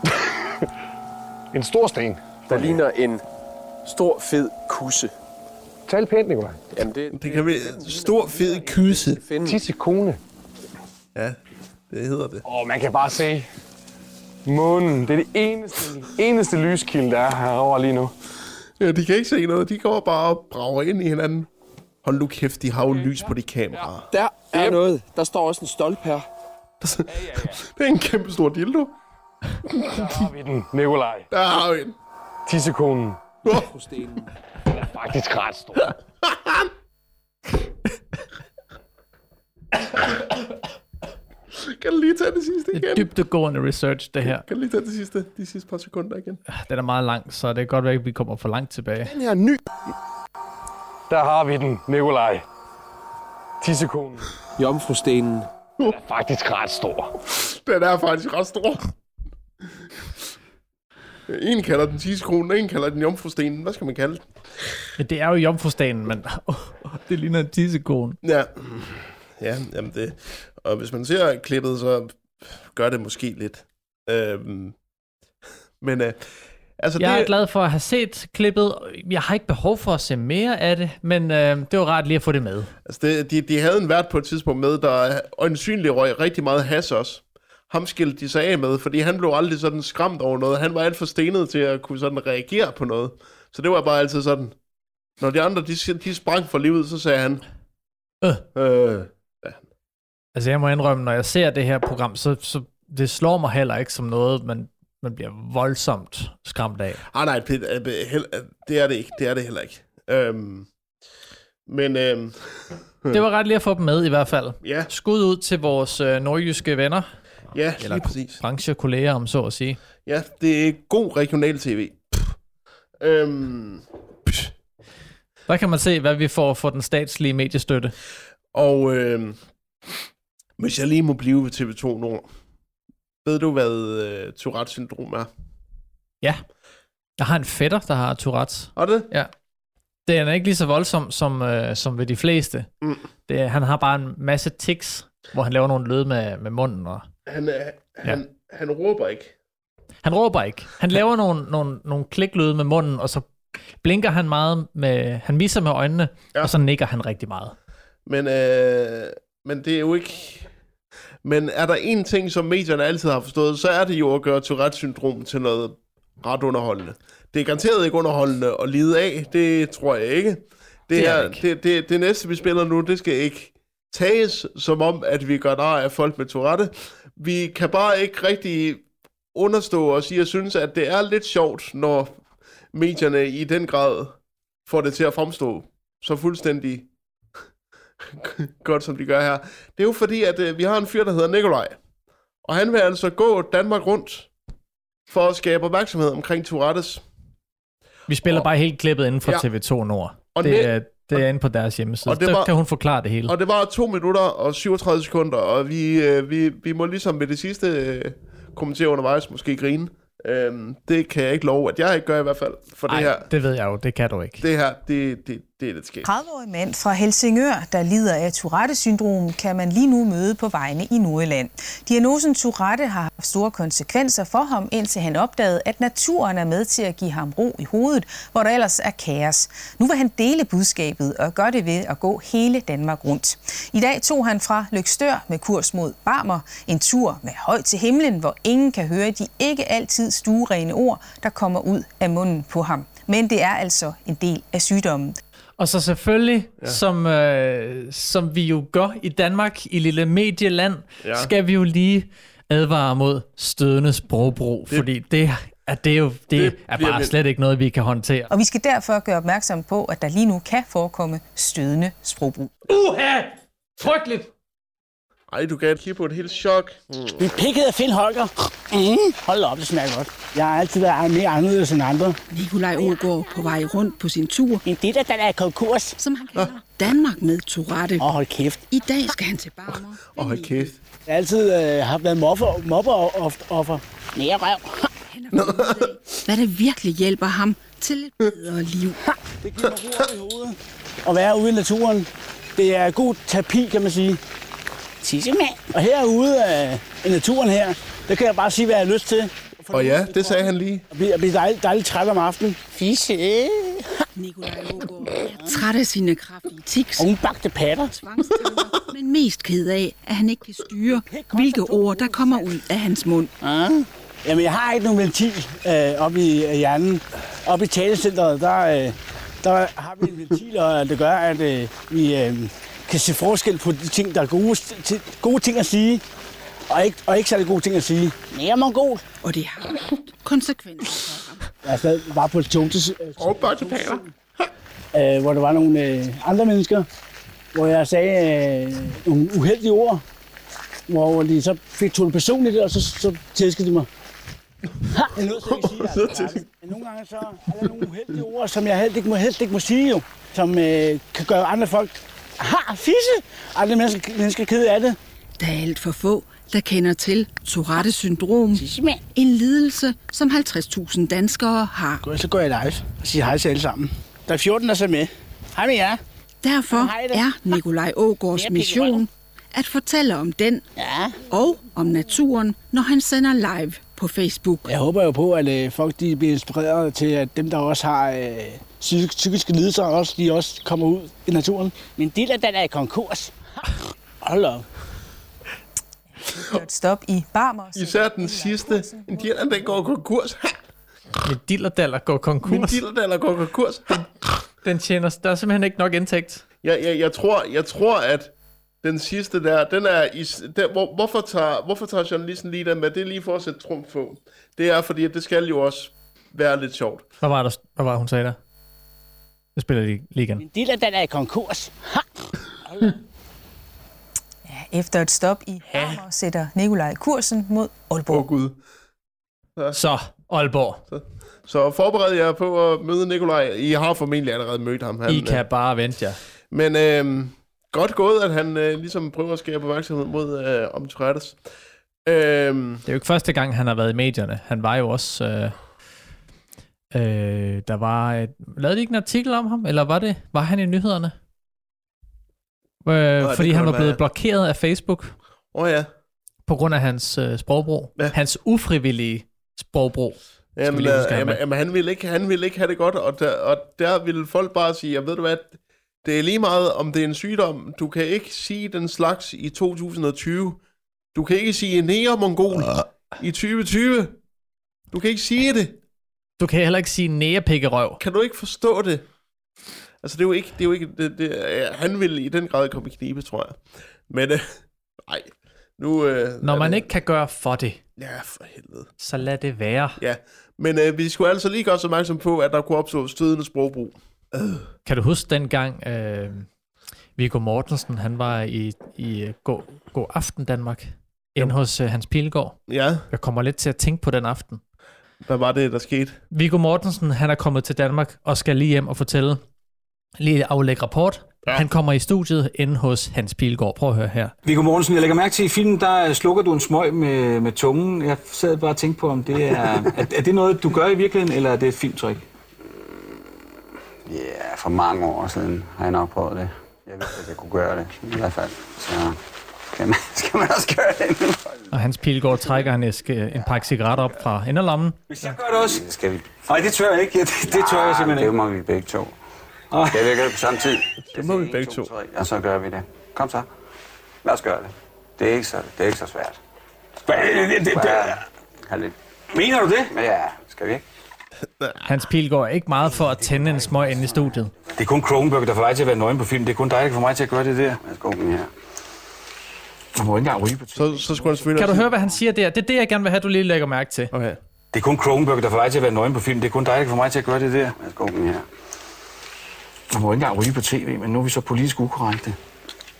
En stor sten. Der ligner en stor, fed kusse. Tal pænt, Nikolaj. Jamen det, Det kan være stor, fed kysse. finde. Tissekone. Ja, det hedder det. Og man kan bare se månen. Det er det eneste, eneste lyskilde, der er herovre lige nu. Ja, de kan ikke se noget. De går bare og brager ind i hinanden. Hold nu kæft, de har jo lys på de kameraer. Der er yep. noget. Der står også en stolp her. Det er en kæmpe stor dildo. Der har vi den, Nikolaj. Der har vi den. Tissekonen. Jomfrustenen. Den er faktisk ret stor. Kan du lige tage det sidste Det er igen? dybdegående research, det her. Kan du lige tage det sidste, de sidste par sekunder igen? Den er meget lang, så det kan godt være, at vi kommer for langt tilbage. Den her ny... Der har vi den, Nikolaj. Tissekonen. Jomfrustenen. Den er faktisk ret stor. Den er faktisk ret stor. En kalder den tissekronen, og en kalder den jomfrustenen. Hvad skal man kalde den? Ja, det er jo jomfrustanen, men det ligner en tissekone. Ja, ja, jamen det. Og hvis man ser klippet, så gør det måske lidt. Øhm, men øh, altså Jeg det... er glad for at have set klippet. Jeg har ikke behov for at se mere af det, men øh, det var rart lige at få det med. Altså det, de, de havde en vært på et tidspunkt med, der øjensynligt røg rigtig meget hash også. Ham skilte de sig af med, fordi han blev aldrig sådan skræmt over noget. Han var alt for stenet til at kunne sådan reagere på noget. Så det var bare altid sådan. Når de andre, de, de sprang for livet, så sagde han... Øh. Øh, Altså jeg må indrømme, når jeg ser det her program, så, så det slår mig heller ikke som noget, man, man bliver voldsomt skræmt af. ah nej, det, det er det ikke. Det er det heller ikke. Øhm, men... Øhm, Det var ret lige at få dem med i hvert fald. ja, Skud ud til vores øh, nordjyske venner, ja, eller lige præcis. branchekolleger, om så at sige. Ja, det er god regional tv. Pff. Øhm, pff. Der kan man se, hvad vi får for den statslige mediestøtte. Og øhm, hvis jeg lige må blive ved T V to Nord. Ved du, hvad øh, Tourette-syndrom er? Ja. Jeg har en fætter, der har Tourette's. Og det? Ja. Det er ikke lige så voldsom som, øh, som ved de fleste. Mm. Det, han har bare en masse tics, hvor han laver nogle lyde med, med munden. Og Han, øh, han, ja. han råber ikke. han råber ikke. Han laver nogle, nogle, nogle kliklyde med munden, og så blinker han meget med... Han misser med øjnene, Ja. ja. og så nikker han rigtig meget. Men, øh, men det er jo ikke... Men er der en ting, som medierne altid har forstået, så er det jo at gøre Tourette-syndrom til noget ret underholdende. Det er garanteret ikke underholdende at lide af. Det tror jeg ikke. Det, Det er her, det ikke. det, det, det næste, vi spiller nu, det skal ikke tages som om, at vi gør nar af folk med Tourette. Vi kan bare ikke rigtig understå og sige, at jeg synes, at det er lidt sjovt, når medierne i den grad får det til at fremstå så fuldstændig godt, som de gør her. Det er jo fordi, at øh, vi har en fyr, der hedder Nikolaj. Og han vil altså gå Danmark rundt for at skabe opmærksomhed omkring Tourettes. Vi spiller Og- bare helt klippet inden for Ja. T V to Nord. Og Det, ne- er, det er inde på deres hjemmeside. og det Der var- kan hun forklare det hele. Og det var to minutter og syvogtredive sekunder, og vi, øh, vi, vi må ligesom ved det sidste øh, kommentere undervejs, måske grine. Øhm, det kan jeg ikke love, at jeg ikke gør i hvert fald. For Ej, det her, det ved jeg jo. Det kan du ikke. det her, det, det, det er lidt skægt. tredive-årig mand fra Helsingør, der lider af Tourette-syndrom, kan man lige nu møde på vejene i Nordjylland. Diagnosen Tourette har haft store konsekvenser for ham, indtil han opdagede, at naturen er med til at give ham ro i hovedet, hvor der ellers er kaos. Nu vil han dele budskabet og gøre det ved at gå hele Danmark rundt. I dag tog han fra Løgstør med kurs mod Barmer, en tur med højt til himlen, hvor ingen kan høre de ikke altid stuerene ord, der kommer ud af munden på ham. Men det er altså en del af sygdommen. Og så selvfølgelig, ja. som, øh, som vi jo gør i Danmark, i lille medieland, Ja. ja. skal vi jo lige advare mod stødende sprogbrug, det, fordi det er, det er jo det, det det er bliver bare lidt- slet ikke noget, vi kan håndtere. Og vi skal derfor gøre opmærksom på, at der lige nu kan forekomme stødende sprogbrug. Uha! Frygteligt! Ej, du gav et kigge på et helt chok. Mm. Vi pikkede Finn Holger. Mm. Hold op, det smager godt. Jeg har altid været mere anderledes end andre. Nikolaj Aagaard på vej rundt på sin tur. Men det der, der er konkurs. Som han kalder ah. Danmark med Tourette. Åh, oh, hold kæft. I dag skal han til Barmer. Åh, oh, hold kæft. Jeg har altid øh, haft været mobber, mobber-offer. Nære røv. Hvad det virkelig hjælper ham til et bedre liv. Det giver mig ro i hovedet. At være ude i naturen, det er god terapi, kan man sige. Tissemand. Og herude øh, i naturen her, der kan jeg bare sige, hvad jeg har lyst til. Og ja, det sagde han lige. Og blive, blive dejligt, dejligt træt om aftenen. Fisse. Nikolaj Aagaard er træt af sine kraftige tics. Og hun bagte patter. Tvangstanker, men mest ked af, at han ikke kan styre, hvilke ord, der kommer ud af hans mund. Ah. Jamen, jeg har ikke nogen ventil øh, oppe i øh, hjernen. Oppe i talecenteret, der, øh, der har vi en ventil, og det gør, at øh, vi øh, kan se forskel på de ting, der er gode, t- gode ting at sige, og ikke, og ikke særlig gode ting at sige. Mere mongol. Og det har konsekvenser for ham. Jeg er stadig bare på et Jones, øh, og bare til paler. øh, hvor der var nogle øh, andre mennesker, hvor jeg sagde øh, nogle uheldige ord, hvor de så fik tog det personligt, og så, så tæskede de mig. Ha! Det er noget, så ikke sige. Altså. Nogle gange så er der nogle uheldige ord, som jeg helst ikke må, helst ikke må sige, jo, som øh, kan gøre andre folk ha! Fisse! Andre mennesker, mennesker kede af det. Der er alt for få, der kender til Tourette syndrom. En lidelse, som halvtreds tusind danskere har. Så går jeg live og siger hej til alle sammen. Der er fjorten, der er med. Hej med jer. Derfor er Nikolaj Aagaards mission at fortælle om den ja. og om naturen, når han sender live på Facebook. Jeg håber jo på, at øh, folk de bliver inspireret til, at dem, der også har øh, psyk- psykiske lidelser, også, de også kommer ud i naturen. Men det der, den er i konkurs. Hold op. Et stop i Barmer. Især den sidste. En diller, den går konkurs. Min dillerdaller går konkurs. Min dillerdaller går konkurs. Den tjener, der er simpelthen ikke nok indtægt. Jeg, jeg, jeg, tror, jeg tror, at den sidste der, den er i, der, hvor, hvorfor, tager, hvorfor tager journalisten lige den med? Det er lige for at sætte trumf på. Det er fordi, at det skal jo også være lidt sjovt. Hvad var, der, hvad var hun sagde der? Jeg spiller lige, lige igen. Men det der, den er i konkurs. Ja, efter et stop i Barmer sætter Nikolaj kursen mod Aalborg. Åh oh, Gud. Så, så Aalborg. Så, så forbered jer på at møde Nikolaj. I har formentlig allerede mødt ham. Han, I kan øh, bare vente jer. Men øh, godt gået, at han øh, ligesom prøver at skabe opmærksomhed mod øh, om Tourettes. Øh, det er jo ikke første gang, han har været i medierne. Han var jo også... Øh, øh, der var... Et, lavede de ikke en artikel om ham? Eller var det var han i nyhederne? Øh, Nå, fordi han var blevet være... blokeret af Facebook. Åh oh, ja. På grund af hans øh, sprogbrug. Ja. Hans ufrivillige sprogbrug. Jamen, øh, jamen, jamen han, ville ikke, han ville ikke have det godt, og der, og der ville folk bare sige, jeg ved du hvad, det er lige meget, om det er en sygdom. Du kan ikke sige den slags i to tusind og tyve. Du kan ikke sige nære-mongol i tyve tyve. Du kan ikke sige det. Du kan heller ikke sige nære-pikkerøv. Kan du ikke forstå det? Altså, det er jo ikke... Det er jo ikke det, det, han vil i den grad komme i knibe, tror jeg. Men, øh, nej. Nu, øh, Når man det, ikke kan gøre for det. Ja, for helvede. Så lad det være. Ja, men øh, vi skulle altså lige gøre så opmærksom på, at der kunne opstå stødende sprogbrug. Øh. Kan du huske dengang, øh, Viggo Mortensen, han var i, i God, God Aften Danmark, inde hos øh, Hans Pilgaard? Ja. Jeg kommer lidt til at tænke på den aften. Hvad var det, der skete? Viggo Mortensen, han er kommet til Danmark og skal lige hjem og fortælle, lige aflægge rapport. Ja. Han kommer i studiet inde hos Hans Pilgaard. Prøv at høre her. Viggo Mortensen, jeg lægger mærke til, i filmen, der slukker du en smøg med, med tungen. Jeg sad bare og tænkte på, om det er, er... Er det noget, du gør i virkeligheden, eller er det et filmtrik? Ja, yeah, for mange år siden har jeg nok prøvet det. Jeg vidste, at jeg kunne gøre det, i hvert fald. Så skal man, skal man også gøre det nu. Og Hans Pilgaard trækker en, æske, en pakke cigaretter op fra inderlommen. Hvis jeg gør det også... Det skal vi... Nej, det tør jeg ikke. Det, det tør jeg simpelthen ikke. Det må vi begge to. Skal vi gøre det på samme tid? Det må vi begge to. Og så gør vi det. Kom så. Lad os gøre det. Det er ikke så, det er ikke så svært. Mener du det? Ja, skal vi ikke? Hans Pilgaard er ikke meget for at tænde en smøg inde i studiet. Det er kun Kronenberg, der får mig til at være nøgen på film. Det er kun dig, der får mig til at gøre det der. Værsgo, den her. Du må ikke engang ryge på så, så skulle han Kan du høre, hvad han siger der? Det er det, jeg gerne vil have, du lige lægger mærke til. Okay. Det er kun Kronenberg, der får mig til at være nøgen på film. Det er kun dig, der får mig til at gøre det der. Værsgo, den her. Du må ikke engang ryge på tv, men nu er vi så politisk ukorrekte.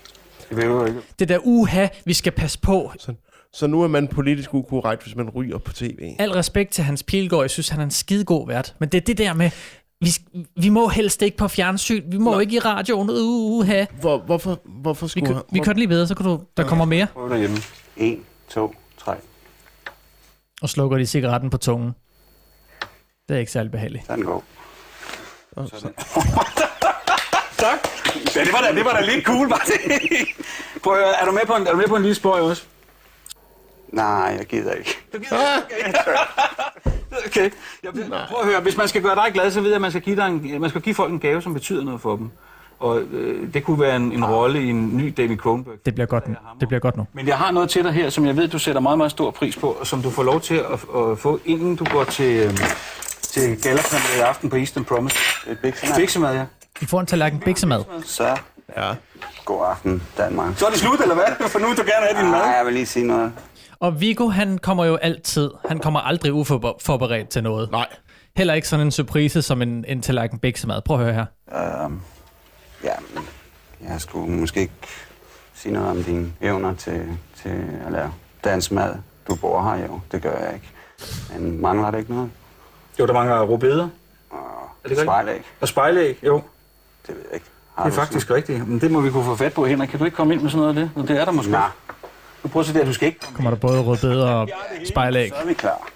Det vil jo ikke. Det der uha, vi skal passe på. Så, så nu er man politisk ukorrekt, hvis man ryger på tv. Al respekt til Hans Pilgaard, jeg synes, han er en skidegod vært. Men det er det der med, vi, vi må helst ikke på fjernsyn, vi må Nå. ikke i radioen, uha. Hvor, hvorfor, hvorfor skulle vi, kø, vi kører lige videre, så kan du, der kommer mere. Prøv derhjemme. En, to, tre. Og slukker de cigaretten på tungen. Det er ikke særlig behageligt. Sådan går. Sådan. Tak. Ja, det var da, det var da lidt cool, Martin. Prøv at høre, er du med på en, er du med på en lille spøj også? Nej, jeg gider ikke. Du gider ikke? Okay. Okay. Jeg, prøv at høre, hvis man skal gøre dig glad, så ved jeg, at man skal give, dig en, man skal give folk en gave, som betyder noget for dem. Og øh, det kunne være en, en rolle i en ny David Cronenberg. Det bliver godt nu. Det bliver godt nu. Men jeg har noget til dig her, som jeg ved, du sætter meget, meget stor pris på, og som du får lov til at, at få, inden du går til, øh, til gallapremiere i aften på Eastern Promise. Biksemad. Biksemad, ja. I får en tallerken biksemad. Så, ja. God aften, Danmark. Så er det slut, eller hvad? For nu vil du gerne have din mad. Nej, jeg vil lige sige noget. Og Viggo, han kommer jo altid, han kommer aldrig uforberedt til noget. Nej. Heller ikke sådan en surprise som en, en tallerken biksemad. Prøv at høre her. Um, ja, jeg skulle måske ikke sige noget om dine evner til, til at lave dansk mad. Du bor her jo, det gør jeg ikke. Men mangler det ikke noget? Jo, der mangler rødbeder. Og spejlæg. Og spejlæg, jo. Det ved jeg ikke. Har det er faktisk sådan rigtigt. Men det må vi kunne få fat på, Henrik. Kan du ikke komme ind med sådan noget af det? Det er der måske. Nej. Du prøver at sige det, at du skal ikke... Kommer der både rødbeder og spejlæg? Så er vi klar.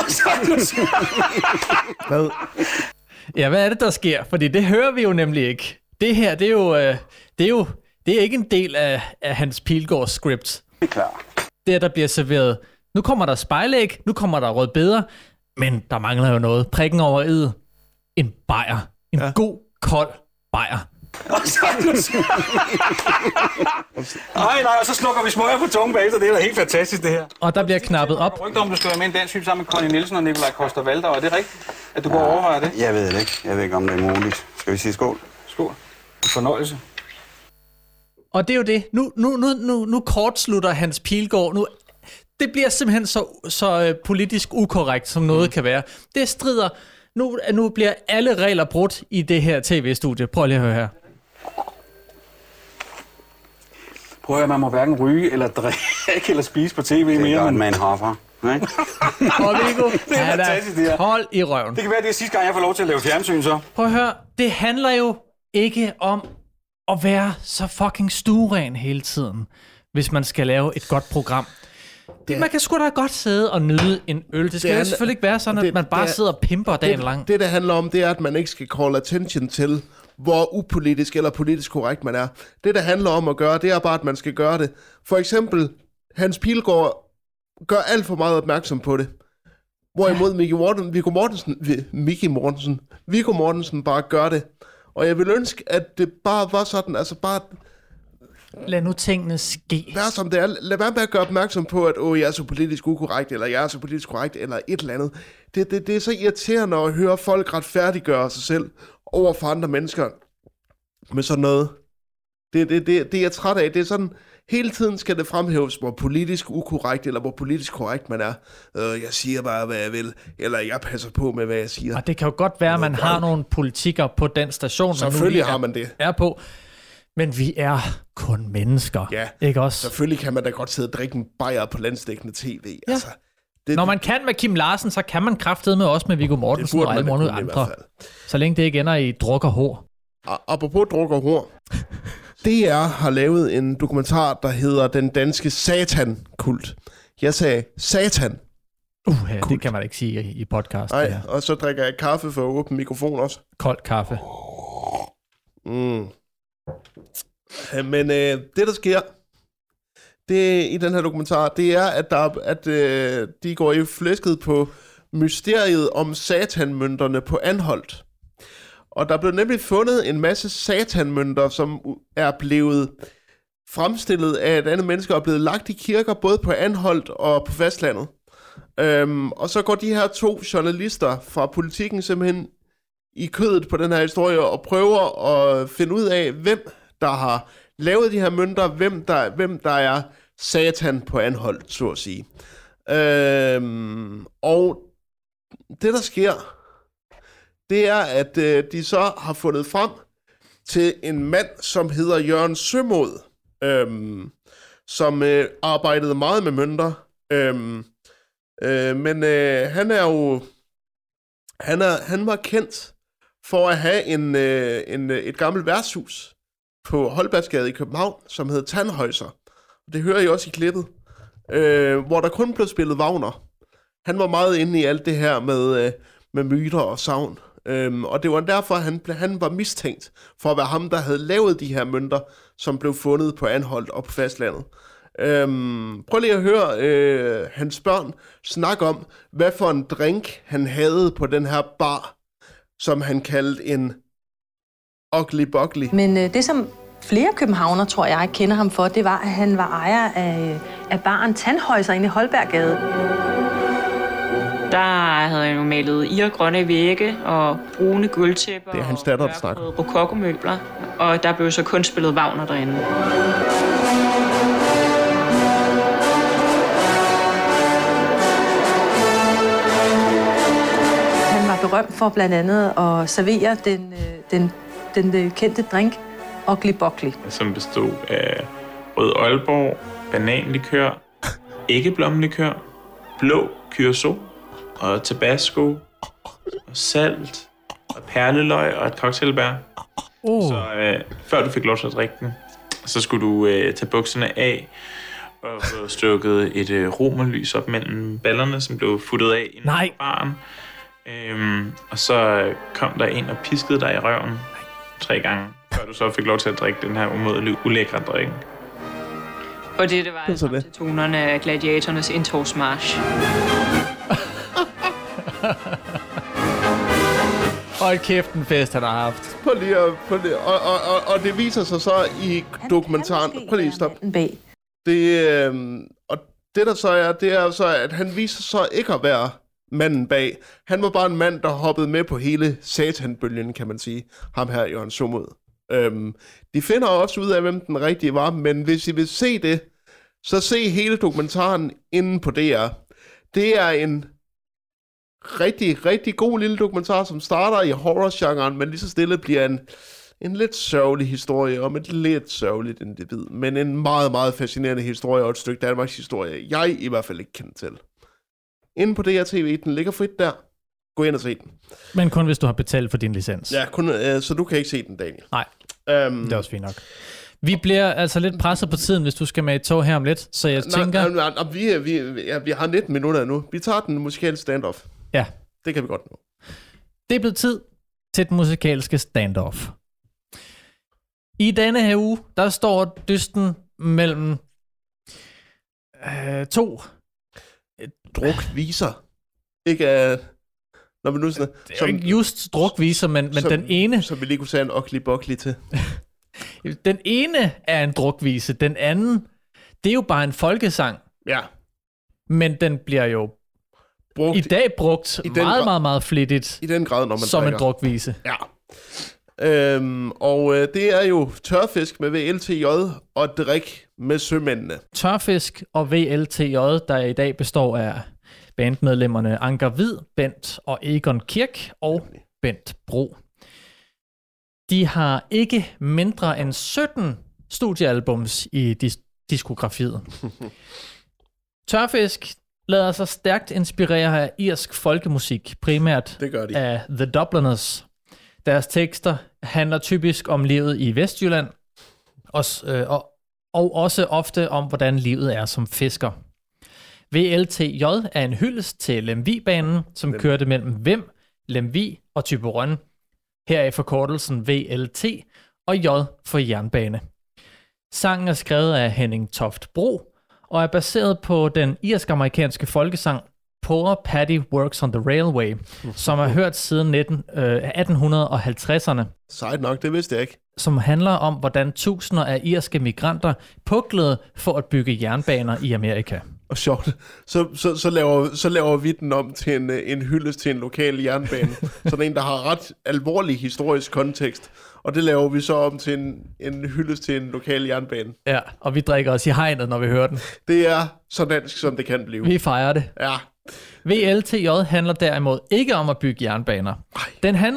Hvad? Ja, hvad er det, der sker? Fordi det hører vi jo nemlig ikke. Det her, det er jo, øh, det er jo det er ikke en del af, af Hans Pilgaards script. Vi er klar. Det er, der bliver serveret. Nu kommer der spejlæg, nu kommer der rødbeder, men der mangler jo noget. Prikken over i'et. En bajer. En ja. god, kold bajer. Nej, nej, og så slukker vi smøger på tungen bagefter. Det er da helt fantastisk, det her. Og der bliver knappet op. Rygter om, du skal være med en dansk film sammen med Conny Nielsen og Nikolaj Coster-Waldau. Er det rigtigt, at du ja, går og overvejer det? Jeg ved det ikke. Jeg ved ikke, om det er muligt. Skal vi sige skål? Skål. Fornøjelse. Og det er jo det. Nu, nu, nu, nu, nu kortslutter Hans Pilgaard. Nu, det bliver simpelthen så, så politisk ukorrekt, som noget mm. kan være. Det strider... Nu, nu bliver alle regler brudt i det her tv-studie. Prøv lige at høre her. Prøv at høre, man må hverken ryge eller drikke eller spise på tv mere. Det er godt med en hoffer. Og Viggo, han er kold i røven. Det kan være, det er sidste gang, jeg får lov til at lave fjernsyn, så. Prøv at høre, det handler jo ikke om at være så fucking stueren hele tiden, hvis man skal lave et godt program. Det, man kan sgu da godt sidde og nyde en øl. Det skal det er, selvfølgelig ikke være sådan, at det, man bare det, sidder og pimper dagen det, lang. Det, det handler om, det er, at man ikke skal call attention til, hvor upolitisk eller politisk korrekt man er. Det, der handler om at gøre, det er bare, at man skal gøre det. For eksempel, Hans Pilgaard gør alt for meget opmærksom på det. Hvorimod Mickey Mortensen, Viggo Mortensen, Mickey Mortensen, Viggo Mortensen bare gør det. Og jeg vil ønske, at det bare var sådan, altså bare... Lad nu tingene ske. Vær som det er. Lad være med at gøre opmærksom på, at åh, jeg er så politisk ukorrekt, eller jeg er så politisk korrekt, eller et eller andet. Det, det, det er så irriterende at høre folk retfærdiggøre sig selv over for andre mennesker med sådan noget. Det, det, det, det er jeg træt af. Det er sådan, hele tiden skal det fremhæves, hvor politisk ukorrekt, eller hvor politisk korrekt man er. Øh, jeg siger bare, hvad jeg vil, eller jeg passer på med, hvad jeg siger. Og det kan jo godt være, at man har nogle politikker på den station, man Selvfølgelig har man det. Er på. Men vi er kun mennesker, ja, ikke også? Selvfølgelig kan man da godt sidde og drikke en bajer på landsdækkende tv. Ja. Altså, det, Når man kan med Kim Larsen, så kan man kraftedeme også med Viggo Mortensen og alle mulige andre. Så længe det ikke ender i druk og hår. Apropos druk og hår. D R har lavet en dokumentar, der hedder Den Danske Satan-kult. Jeg sagde satan. Uh, ja, det kan man ikke sige i podcast. Nej, og så drikker jeg kaffe for at åbne mikrofon også. Kold kaffe. Mm. Men øh, det, der sker det, i den her dokumentar, det er, at, der, at øh, de går i flæsket på mysteriet om satanmønterne på Anholt. Og der blev nemlig fundet en masse satanmønter, som er blevet fremstillet af et andet menneske og blevet lagt i kirker, både på Anholt og på fastlandet. Øhm, og så går de her to journalister fra Politikken simpelthen i kødet på den her historie og prøver at finde ud af, hvem der har lavet de her mønter, hvem der, hvem der er satan på Anholt, så at sige. Øhm, og det, der sker, det er, at øh, de så har fundet frem til en mand, som hedder Jørgen Sømod. øhm, som øh, arbejdede meget med mønter. Øhm, øh, men øh, han er jo... Han, er, han var kendt for at have en, øh, en, et gammelt værtshus på Holbergsgade i København, som hed Tannhäuser. Det hører I også i klippet, øh, hvor der kun blev spillet Wagner. Han var meget inde i alt det her med, øh, med myter og sagn. Øhm, og det var derfor, han, han var mistænkt for at være ham, der havde lavet de her mønter, som blev fundet på Anholt og på fastlandet. Øhm, prøv lige at høre øh, hans børn snakke om, hvad for en drink han havde på den her bar, som han kaldte en ugly buggly. Men øh, det, som flere københavner, tror jeg, kender ham for, det var, at han var ejer af, af baren Tannhäuser inde i Holberggade. Der havde han jo malet irgrønne vægge og brune gulvtæpper. Det er hans datter, der snakker. Og rokokomøbler, og der blev så kun spillet Wagner derinde. Han var berømt for blandt andet at servere den, den, den, den kendte drink, Ugly Buggly. Som bestod af rød Aalborg, bananlikør, æggeblommelikør, blå curacao og tabasco og salt og perleløg og et cocktailbær. Uh. Så øh, før du fik lov til at drikke den, så skulle du øh, tage bukserne af og få stukket et øh, romerlys op mellem ballerne, som blev futtet af inden for baren. Øhm, og så kom der en og piskede dig i røven tre gange, før du så fik lov til at drikke den her umådeligt ulækre drink. Og det, det var altså til tonerne af gladiatorernes indtogsmarch. Hold kæft, en fest, han har haft. Prøv lige at, prøv lige, og, og, og, og det viser sig så i dokumentaren. Prøv lige at stoppe. Det, øh, og det der så er, det er så, at han viser så ikke at være manden bag. Han var bare en mand, der hoppede med på hele satanbølgen, kan man sige. Ham her, Jørgen Somod. Øhm, de finder også ud af, hvem den rigtige var, men hvis I vil se det, så se hele dokumentaren inde på D R. Det er en rigtig, rigtig god lille dokumentar, som starter i horror-genren, men lige så stille bliver en, en lidt sørgelig historie om et lidt sørgeligt individ, men en meget, meget fascinerende historie og et stykke Danmarks historie, jeg i hvert fald ikke kender til. Inde på D R T V, den ligger frit der. Gå ind og se den. Men kun hvis du har betalt for din licens. Ja, kun, øh, så du kan ikke se den, Daniel. Nej, um, det er også fint nok. Vi bliver altså lidt presset på tiden, hvis du skal med et tog her om lidt, så jeg nej, tænker... Nej, nej, vi, vi, ja, vi har nitten minutter nu. Vi tager den musikalske standoff. Ja. Det kan vi godt nu. Det er blevet tid til den musikalske standoff. I denne her uge, der står dysten mellem øh, to... Drukviser. Ikke af... Når vi nu sådan, det er som, ikke just drukviser, men, men som, den ene... Som vi lige kunne sige en ugly buggly til. Den ene er en drukvise, den anden, det er jo bare en folkesang. Ja. Men den bliver jo brugt, i dag brugt i meget, meget, meget, meget flittigt. I den grad, når man som drikker. En drukvise. Ja. Øhm, og øh, det er jo tørfisk med V L T J og drik med sømændene. Tørfisk og V L T J, der i dag består af bandmedlemmerne Anker Hvid, Bent og Egon Kirk og Bent Bro. De har ikke mindre end sytten studiealbums i dis- diskografiet. Tørfisk lader sig stærkt inspirere af irsk folkemusik, primært det gør de. Af The Dubliners. Deres tekster handler typisk om livet i Vestjylland, og, øh, og, og også ofte om, hvordan livet er som fisker. V L T J er en hyldest til Lemvigbanen, som Hvem? kørte mellem Vem, Lemvig og Thyborøn. Her er forkortelsen V L T og J for jernbane. Sangen er skrevet af Henning Toft Bro og er baseret på den irsk-amerikanske folkesang Poor Paddy Works on the Railway, som er hørt siden nitten, øh, atten halvtredserne. Sejt nok, det vidste jeg ikke. Som handler om, hvordan tusinder af irske migranter puklede for at bygge jernbaner i Amerika. Og sjovt, så, så, så, laver, så laver vi den om til en, en hyldest til en lokal jernbane. Sådan en, der har ret alvorlig historisk kontekst. Og det laver vi så om til en, en hyldest til en lokal jernbane. Ja, og vi drikker os i hegnet, når vi hører den. Det er så dansk, som det kan blive. Vi fejrer det. Ja. V L T J handler derimod ikke om at bygge jernbaner. Den handler om,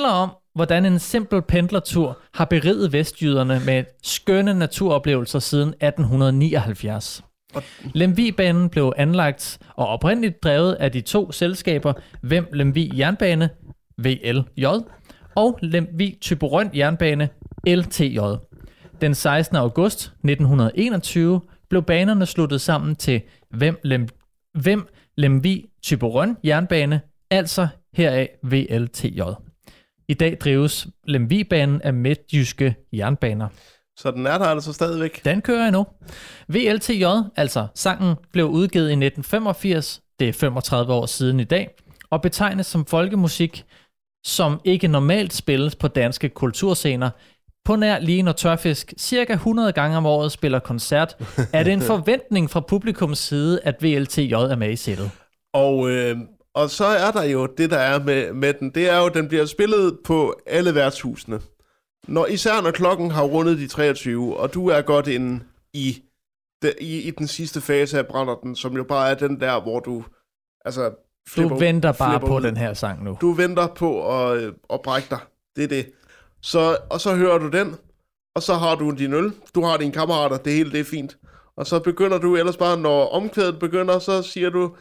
hvordan en simpel pendlertur har beriget vestjyderne med skønne naturoplevelser siden atten nioghalvfjerds. Lemvigbanen blev anlagt og oprindeligt drevet af de to selskaber Vem Lemvig Jernbane, V L J, og Lemvig Thyborøn Jernbane, L T J. Den sekstende august nitten enogtyve blev banerne sluttet sammen til Vem, Lem, Vem Lemvig Thyborøn Jernbane, altså heraf V L T J. I dag drives Lemvigbanen af Midtjyske Jernbaner. Så den er der altså stadigvæk? Den kører endnu. V L T J, altså sangen, blev udgivet i nitten femogfirs, det er femogtredive år siden i dag, og betegnes som folkemusik, som ikke normalt spilles på danske kulturscener. På nær lige når Tørfisk cirka hundrede gange om året spiller koncert, er det en forventning fra publikums side, at V L T J er med i sættet. Og, øh, og så er der jo det, der er med, med den. Det er jo, at den bliver spillet på alle værtshusene. Når, især når klokken har rundet de treogtyve, og du er godt inde i, de, i, i den sidste fase af Branderten, som jo bare er den der, hvor du... altså flipper, Du venter bare på ud. den her sang nu. Du venter på at, at brække dig. Det er det. Så, og så hører du den, og så har du din øl. Du har dine kammerater, det hele det er fint. Og så begynder du ellers bare, når omkvædet begynder, så siger du,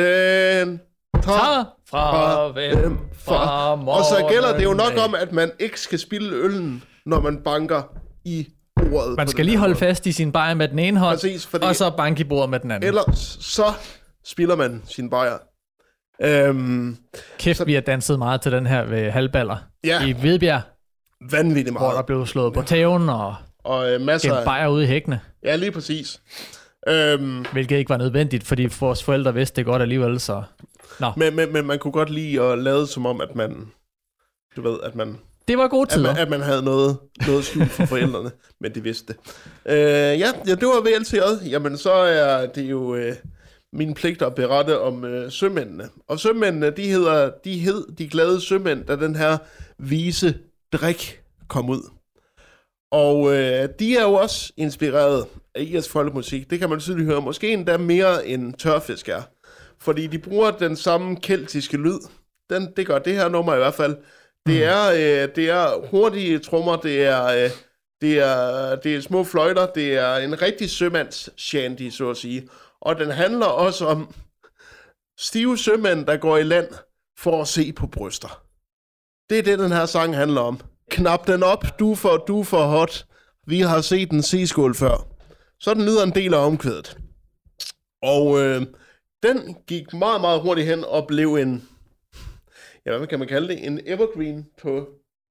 den tager fra hvem fra morgen. Og så gælder det jo nok om, at man ikke skal spilde øllen, når man banker i bordet. Man skal lige holde måde. fast i sin bajer med den ene hånd, Præcis, fordi og så banke i bordet med den anden. Ellers så spiller man sin bajer. Øhm, Kæft, så, vi har danset meget til den her ved halvballer ja, i Hvidbjerg. Vanvittigt meget. Hvor der blev slået på tæven og, og øh, masser af bajer ude i hækkene. Ja, lige præcis. Øhm, Hvilket ikke var nødvendigt, fordi vores forældre vidste det godt alligevel, så... Nå. Men, men, men man kunne godt lide at lade som om, at man... Du ved, at man... Det var gode tider. At man, at man havde noget, noget skjult for forældrene, men de vidste det. Øh, ja, ja, det var V L T J. Jamen, så er det jo øh, min pligt at berette om øh, sømændene. Og sømændene, de hedder, de hed de glade sømænd, da den her vise drik kom ud. Og øh, de er jo også inspireret af irsk folkemusik. Det kan man tydeligt høre. Måske endda mere end Tørfisk er. Fordi de bruger den samme keltiske lyd. Den, det gør det her nummer i hvert fald. Det er, øh, det er hurtige trommer, det er, øh, det, er, det er små fløjter, det er en rigtig sømands shanty, så at sige. Og den handler også om stive sømænd, der går i land for at se på bryster. Det er det, den her sang handler om. Knap den op, du for, du for hot. Vi har set den C-skål før. Sådan lyder en del af omkvædet. Og øh, den gik meget, meget hurtigt hen og blev en... Ja, hvad kan man kalde det? En evergreen på...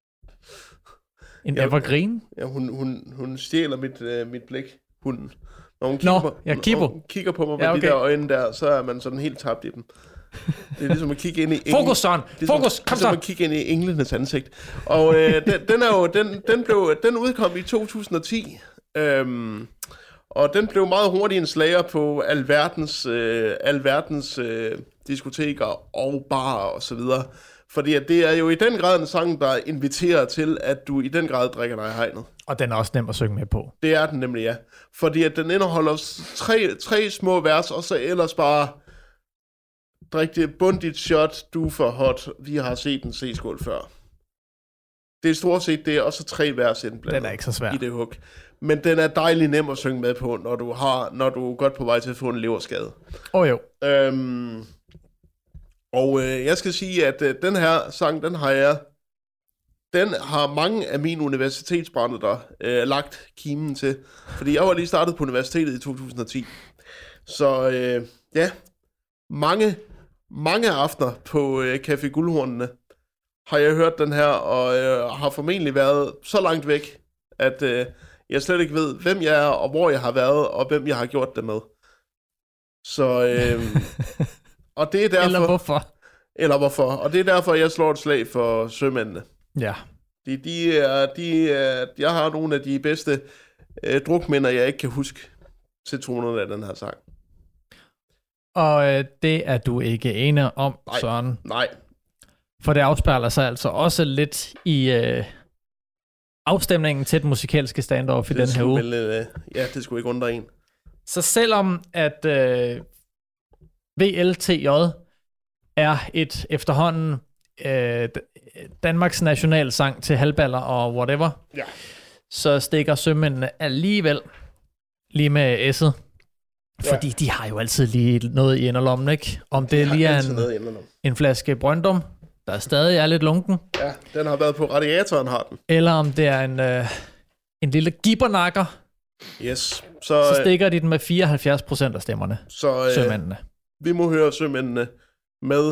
En ja, evergreen? Ja, hun, hun, hun stjæler mit, øh, mit blik, hunden. Når hun kigger, Nå, på, ja, når hun kigger på mig med ja, okay. de der øjne der, så er man sådan helt tabt i dem. Det er ligesom at kigge ind i... Engel, Fokus, Søren! Ligesom, Fokus! Kom ligesom så! at kigge ind i englenes ansigt. Og øh, den, den, er jo, den, den, blev, den udkom i to tusind og ti. Øhm, og den blev meget hurtigt en slager på alverdens, øh, alverdens øh, diskoteker og barer og så videre. Fordi at det er jo i den grad en sang, der inviterer til, at du i den grad drikker dig i hegnet. Og den er også nem at synge med på. Det er den nemlig, ja. Fordi at den indeholder tre, tre små vers, og så ellers bare drik det bundigt shot, du for hot, vi har set en C-skål før. Det er stort set det, og så tre vers indblandet. Den er ikke så svær. I det hug. Men den er dejlig nem at synge med på, når du, har, når du er godt på vej til at få en leverskade. Åh oh, jo. Øhm, og øh, jeg skal sige, at øh, den her sang, den har jeg, den har mange af mine universitetsbrænder der øh, lagt kimen til. Fordi jeg var lige startet på universitetet i to tusind og ti. Så øh, ja, mange, mange aftener på øh, Café Guldhornene har jeg hørt den her, og øh, har formentlig været så langt væk, at øh, jeg slet ikke ved, hvem jeg er, og hvor jeg har været, og hvem jeg har gjort det med. Så, øh, og det er derfor... Eller hvorfor. Eller hvorfor. Og det er derfor, jeg slår et slag for sømændene. Ja. De, de er, de er, jeg har nogle af de bedste øh, drukminder, jeg ikke kan huske til tonerne af den her sang. Og øh, det er du ikke enig om, nej, Søren. Nej. For det afspejler sig altså også lidt i øh, afstemningen til den musikalske standoff i den her uge. Vel, øh, ja, det skulle ikke undre en. Så selvom at øh, V L T J er et efterhånden øh, Danmarks nationalsang til halvballer og whatever, ja. så stikker sømændene alligevel lige med S'et. Ja. Fordi de har jo altid lige noget i inderlommen, ikke? Om det lige er en, en flaske Brøndum, der stadig er lidt lunken. Ja, den har været på radiatoren, har den. Eller om det er en, øh, en lille gibbernakker. Yes. Så, så stikker de den med fireoghalvfjerds procent af stemmerne. Så øh, sømændene. Vi må høre sømændene med...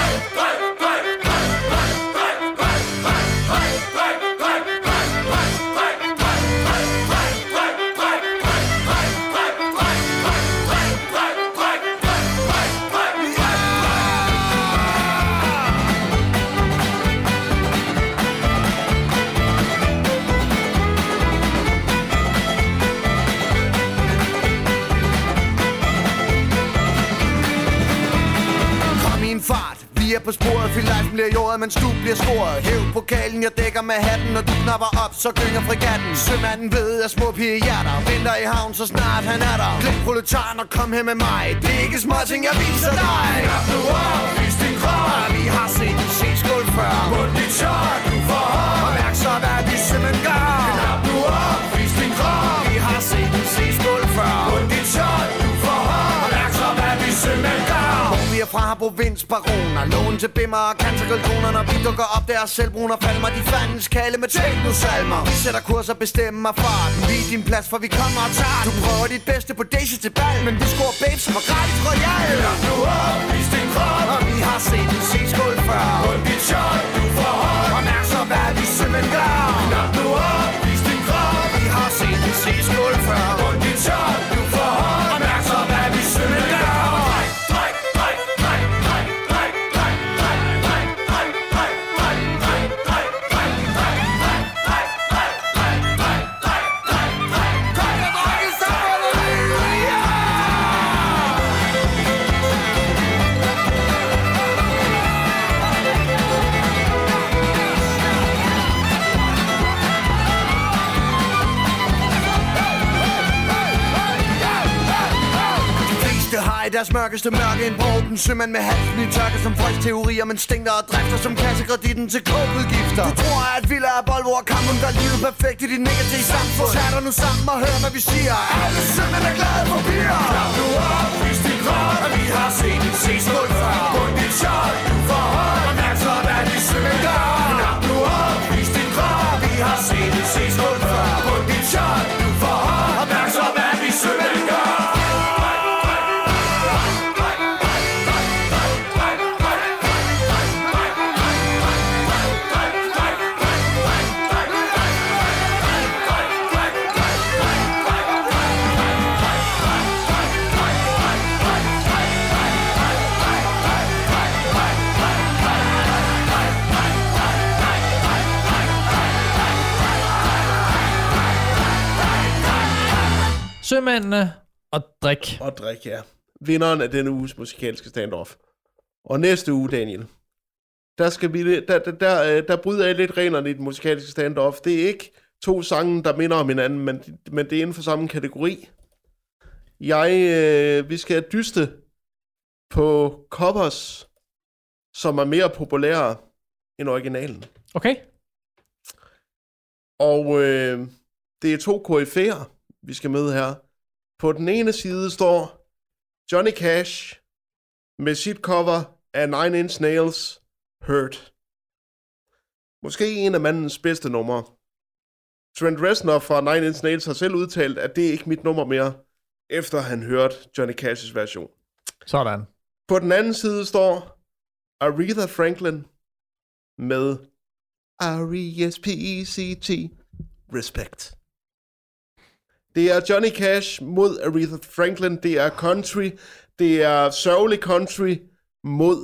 Vi er på sporet, filajsen bliver jordet, mens du bliver scoret. Hæv pokalen, jeg dækker med hatten, når du knapper op, så gynger frigatten. Sømanden ved af små pigehjerter, venter i havn, så snart han er der. Glem proletaren og kom her med mig, det er ikke småting, jeg viser dig. Knap nu op, vis din krop, vi har set en C-skål før. Mund dit shot, du får hånd, og mærk så, hvad vi simpelthen gør. Knap nu op, vis din krop, vi har set en C-skål før. Mund dit shot, du får hånd, og mærk så, hvad vi simpelthen gør. Vi er fra provinsbaroner, lån til bimmer og cancerkalkoner. Når vi dukker op der selvbruner, falder mig de fandens kalde med techno-salmer. Vi sætter kurs og bestemmer farten, vi er din plads, for vi kommer og tager. Du prøver dit bedste på Daisy til bal, men vi scorer babes som er gratis royal. Lad nu op, vis din krop, og vi har set en C-skål før. Hold dit shot, du får hånd, og mærk så hvad vi simpelthen gør. Lad nu op, vis din krop, vi har set en C-skål før. Hold dit shot, du får hånd, og mærk så hvad vi simpelthen gør. Deres mørkeste mørke en broken sømand med halsen i tørke som folks teorier, men stinker og drifter som kassekreditten til kåbudgifter. Du tror at Villa er Volvo og kampen der livet perfekt i dit negative samfund. Tag dig nu sammen og hør hvad vi siger. Alle sømænd er glade for bier. Knap nu op, vis din krop, og vi har set en C-skål før. Bund dit shot, du får hånd, og mærk så hvad de sømænd gør. Knap nu op, vis din krop, vi har set en C-skål før. Bund dit shot, du får hånd, og mærk så hvad de sømænd gør. Sømændene og drik. Og drik, ja. Vinderen af denne uges musikalske standoff. Og næste uge, Daniel, der, skal vi, der, der, der, der bryder jeg lidt reglerne i den musikalske standoff. Det er ikke to sange, der minder om hinanden, men, men det er inden for samme kategori. Jeg, øh, vi skal dyste på covers, som er mere populære end originalen. Okay. Og øh, det er to koryfæer, vi skal med her. På den ene side står Johnny Cash med sit cover af Nine Inch Nails, Hurt. Måske en af mandens bedste numre. Trent Reznor fra Nine Inch Nails har selv udtalt, at det er ikke mit nummer mere, efter han hørte Johnny Cash's version. Sådan. På den anden side står Aretha Franklin med R E S P E C T, Respect. Det er Johnny Cash mod Aretha Franklin. Det er country. Det er sørgelig country mod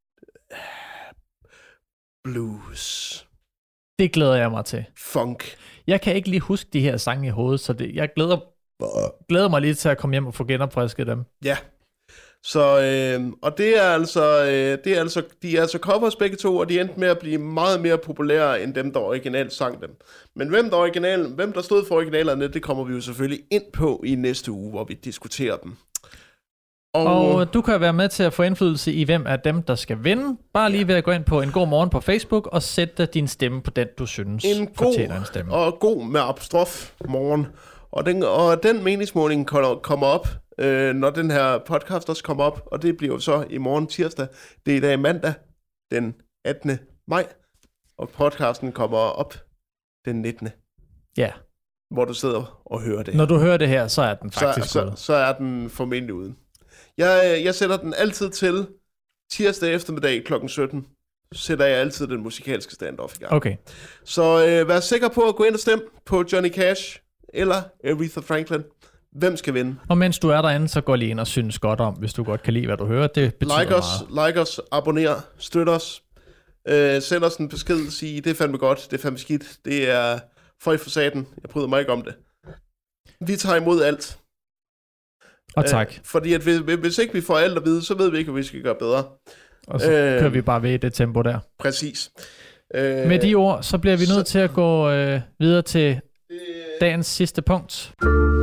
blues. Det glæder jeg mig til. Funk. Jeg kan ikke lige huske de her sange i hovedet, så det, jeg glæder, glæder mig lige til at komme hjem og få genopfrisket dem. Ja. Så, øh, og det er altså, øh, det er altså, de er altså covers begge to, og de endte med at blive meget mere populære, end dem, der originalt sang dem. Men hvem der, original, hvem der stod for originalerne, det kommer vi jo selvfølgelig ind på i næste uge, hvor vi diskuterer dem. Og, og du kan være med til at få indflydelse i, hvem af dem, der skal vinde. Bare lige ved at gå ind på En God Morgen på Facebook og sætte din stemme på den, du synes en fortjener en stemme. Og god med apostrof morgen. Og den, og den meningsmåling kommer op, øh, når den her podcast også kommer op. Og det bliver jo så i morgen tirsdag. Det er i dag mandag, den attende maj. Og podcasten kommer op den nittende Ja. Hvor du sidder og hører det. Når du hører det her, så er den faktisk så, ude. så, så er den formentlig ude. Jeg, jeg sætter den altid til tirsdag eftermiddag klokken sytten. Sætter jeg altid den musikalske stand-off i gang. Okay. Så øh, vær sikker på at gå ind og stemme på Johnny Cash eller Aretha Franklin. Hvem skal vinde? Og mens du er derinde, så går lige ind og synes godt om, hvis du godt kan lide, hvad du hører. Det betyder like os, meget. Like os, abonner, støt os. Øh, send os en besked, sige, det er fandme godt, det er fandme skidt. Det er føj for saten. Jeg bryder mig ikke om det. Vi tager imod alt. Og tak. Øh, fordi at hvis, hvis ikke vi får alt at vide, så ved vi ikke, hvad vi skal gøre bedre. Og så øh, kører vi bare ved i det tempo der. Præcis. Øh, Med de ord, så bliver vi nødt så, til at gå øh, videre til øh, dagens sidste punkt.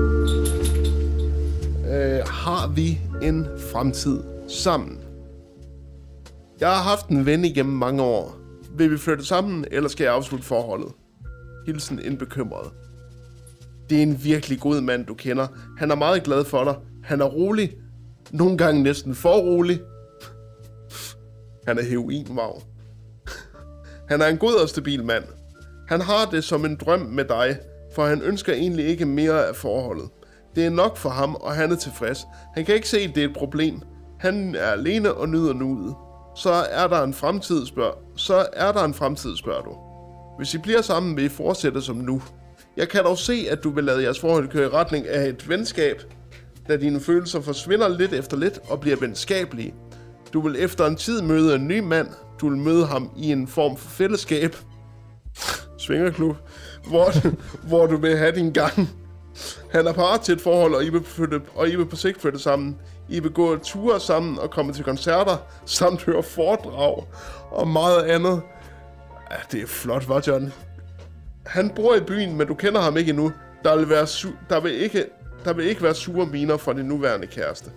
Øh, har vi en fremtid sammen? Jeg har haft en ven igennem mange år. Vil vi flytte sammen, eller skal jeg afslutte forholdet? Hilsen en bekymret. Det er en virkelig god mand, du kender. Han er meget glad for dig. Han er rolig. Nogle gange næsten for rolig. Han er heroinvav. Han er en god og stabil mand. Han har det som en drøm med dig, for han ønsker egentlig ikke mere af forholdet. Det er nok for ham, og han er tilfreds. Han kan ikke se, at det er et problem. Han er alene og nyder nuet. Så er der en fremtid, spørg. Så er der en fremtid, spørger du. Hvis I bliver sammen, vil I fortsætte som nu. Jeg kan dog se, at du vil lade jeres forhold køre i retning af et venskab, da dine følelser forsvinder lidt efter lidt og bliver venskabelige. Du vil efter en tid møde en ny mand. Du vil møde ham i en form for fællesskab. Svingerklub. Hvor, hvor du vil have din gang. Han er parat til et forhold, og I vil, flytte, og I vil på sigt flytte sammen. I vil gå ture sammen og komme til koncerter, samt høre foredrag og meget andet. Ja, det er flot, var John? Han bor i byen, men du kender ham ikke endnu. Der vil, være su- der vil, ikke, der vil ikke være sure miner fra din nuværende kæreste.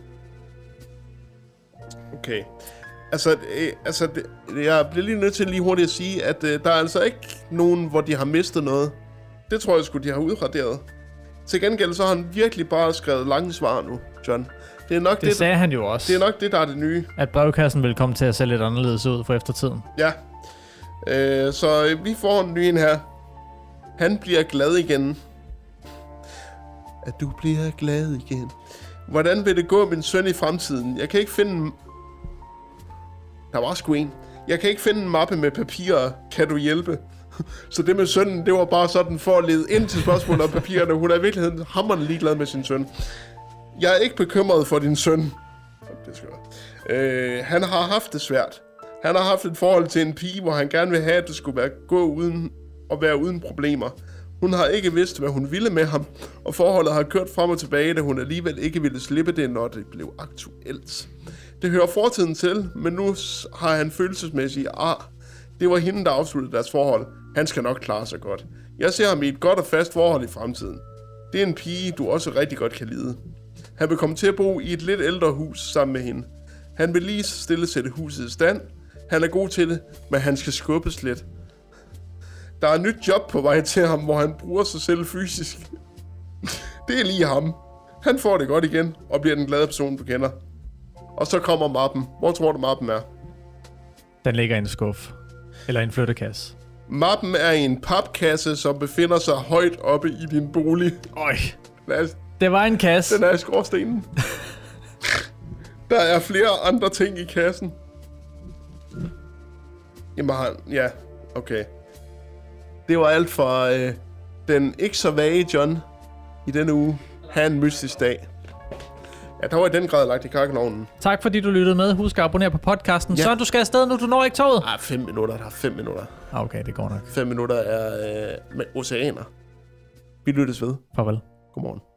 Okay. Altså, øh, altså det, jeg bliver lige nødt til lige hurtigt at sige, at øh, der er altså ikke nogen, hvor de har mistet noget. Det tror jeg sgu, de har udraderet. Til gengæld så har han virkelig bare skrevet lange svar nu, John. Det, er nok det, det sagde der, han jo også. Det er nok det, der er det nye. At brevkassen vil komme til at se lidt anderledes ud for eftertiden. Ja. Øh, så øh, vi får en ny en her. Han bliver glad igen. At du bliver glad igen. Hvordan vil det gå min søn i fremtiden? Jeg kan ikke finde... Der var sgu en. Jeg kan ikke finde en mappe med papirer. Kan du hjælpe? Så det med sønnen, det var bare sådan for at lede ind til spørgsmålet om papirerne. Hun er i virkeligheden hammerende ligeglad med sin søn. Jeg er ikke bekymret for din søn. Det skal jeg. Øh, han har haft det svært. Han har haft et forhold til en pige, hvor han gerne vil have, at det skulle være gå uden og være uden problemer. Hun har ikke vidst, hvad hun ville med ham, og forholdet har kørt frem og tilbage, da hun alligevel ikke ville slippe det, når det blev aktuelt. Det hører fortiden til, men nu har han følelsesmæssigt ar. Det var hende, der afsluttede deres forhold. Han skal nok klare sig godt. Jeg ser ham i et godt og fast forhold i fremtiden. Det er en pige, du også rigtig godt kan lide. Han vil komme til at bo i et lidt ældre hus sammen med hende. Han vil lige stille sætte huset i stand. Han er god til det, men han skal skubbes lidt. Der er et nyt job på vej til ham, hvor han bruger sig selv fysisk. Det er lige ham. Han får det godt igen, og bliver den glade person, du kender. Og så kommer mappen. Hvor tror du, mappen er? Den ligger i en skuff. Eller en flyttekasse. Mappen er i en papkasse, som befinder sig højt oppe i din bolig. Øj. Er, det var en kasse. Den er i skorstenen. Der er flere andre ting i kassen. Jamen, ja, okay. Det var alt for øh, den ikke så vage John i denne uge. Ha' en mystisk dag. Ja, der var i den grad lagt i kakkelovnen. Tak fordi du lyttede med. Husk at abonnere på podcasten. Ja. Så du skal afsted nu, du når ikke toget. Ah, fem minutter. Der er fem minutter. Okay, det går nok. Fem minutter er øh, med oceaner. Vi lyttes ved. Farvel. Godmorgen.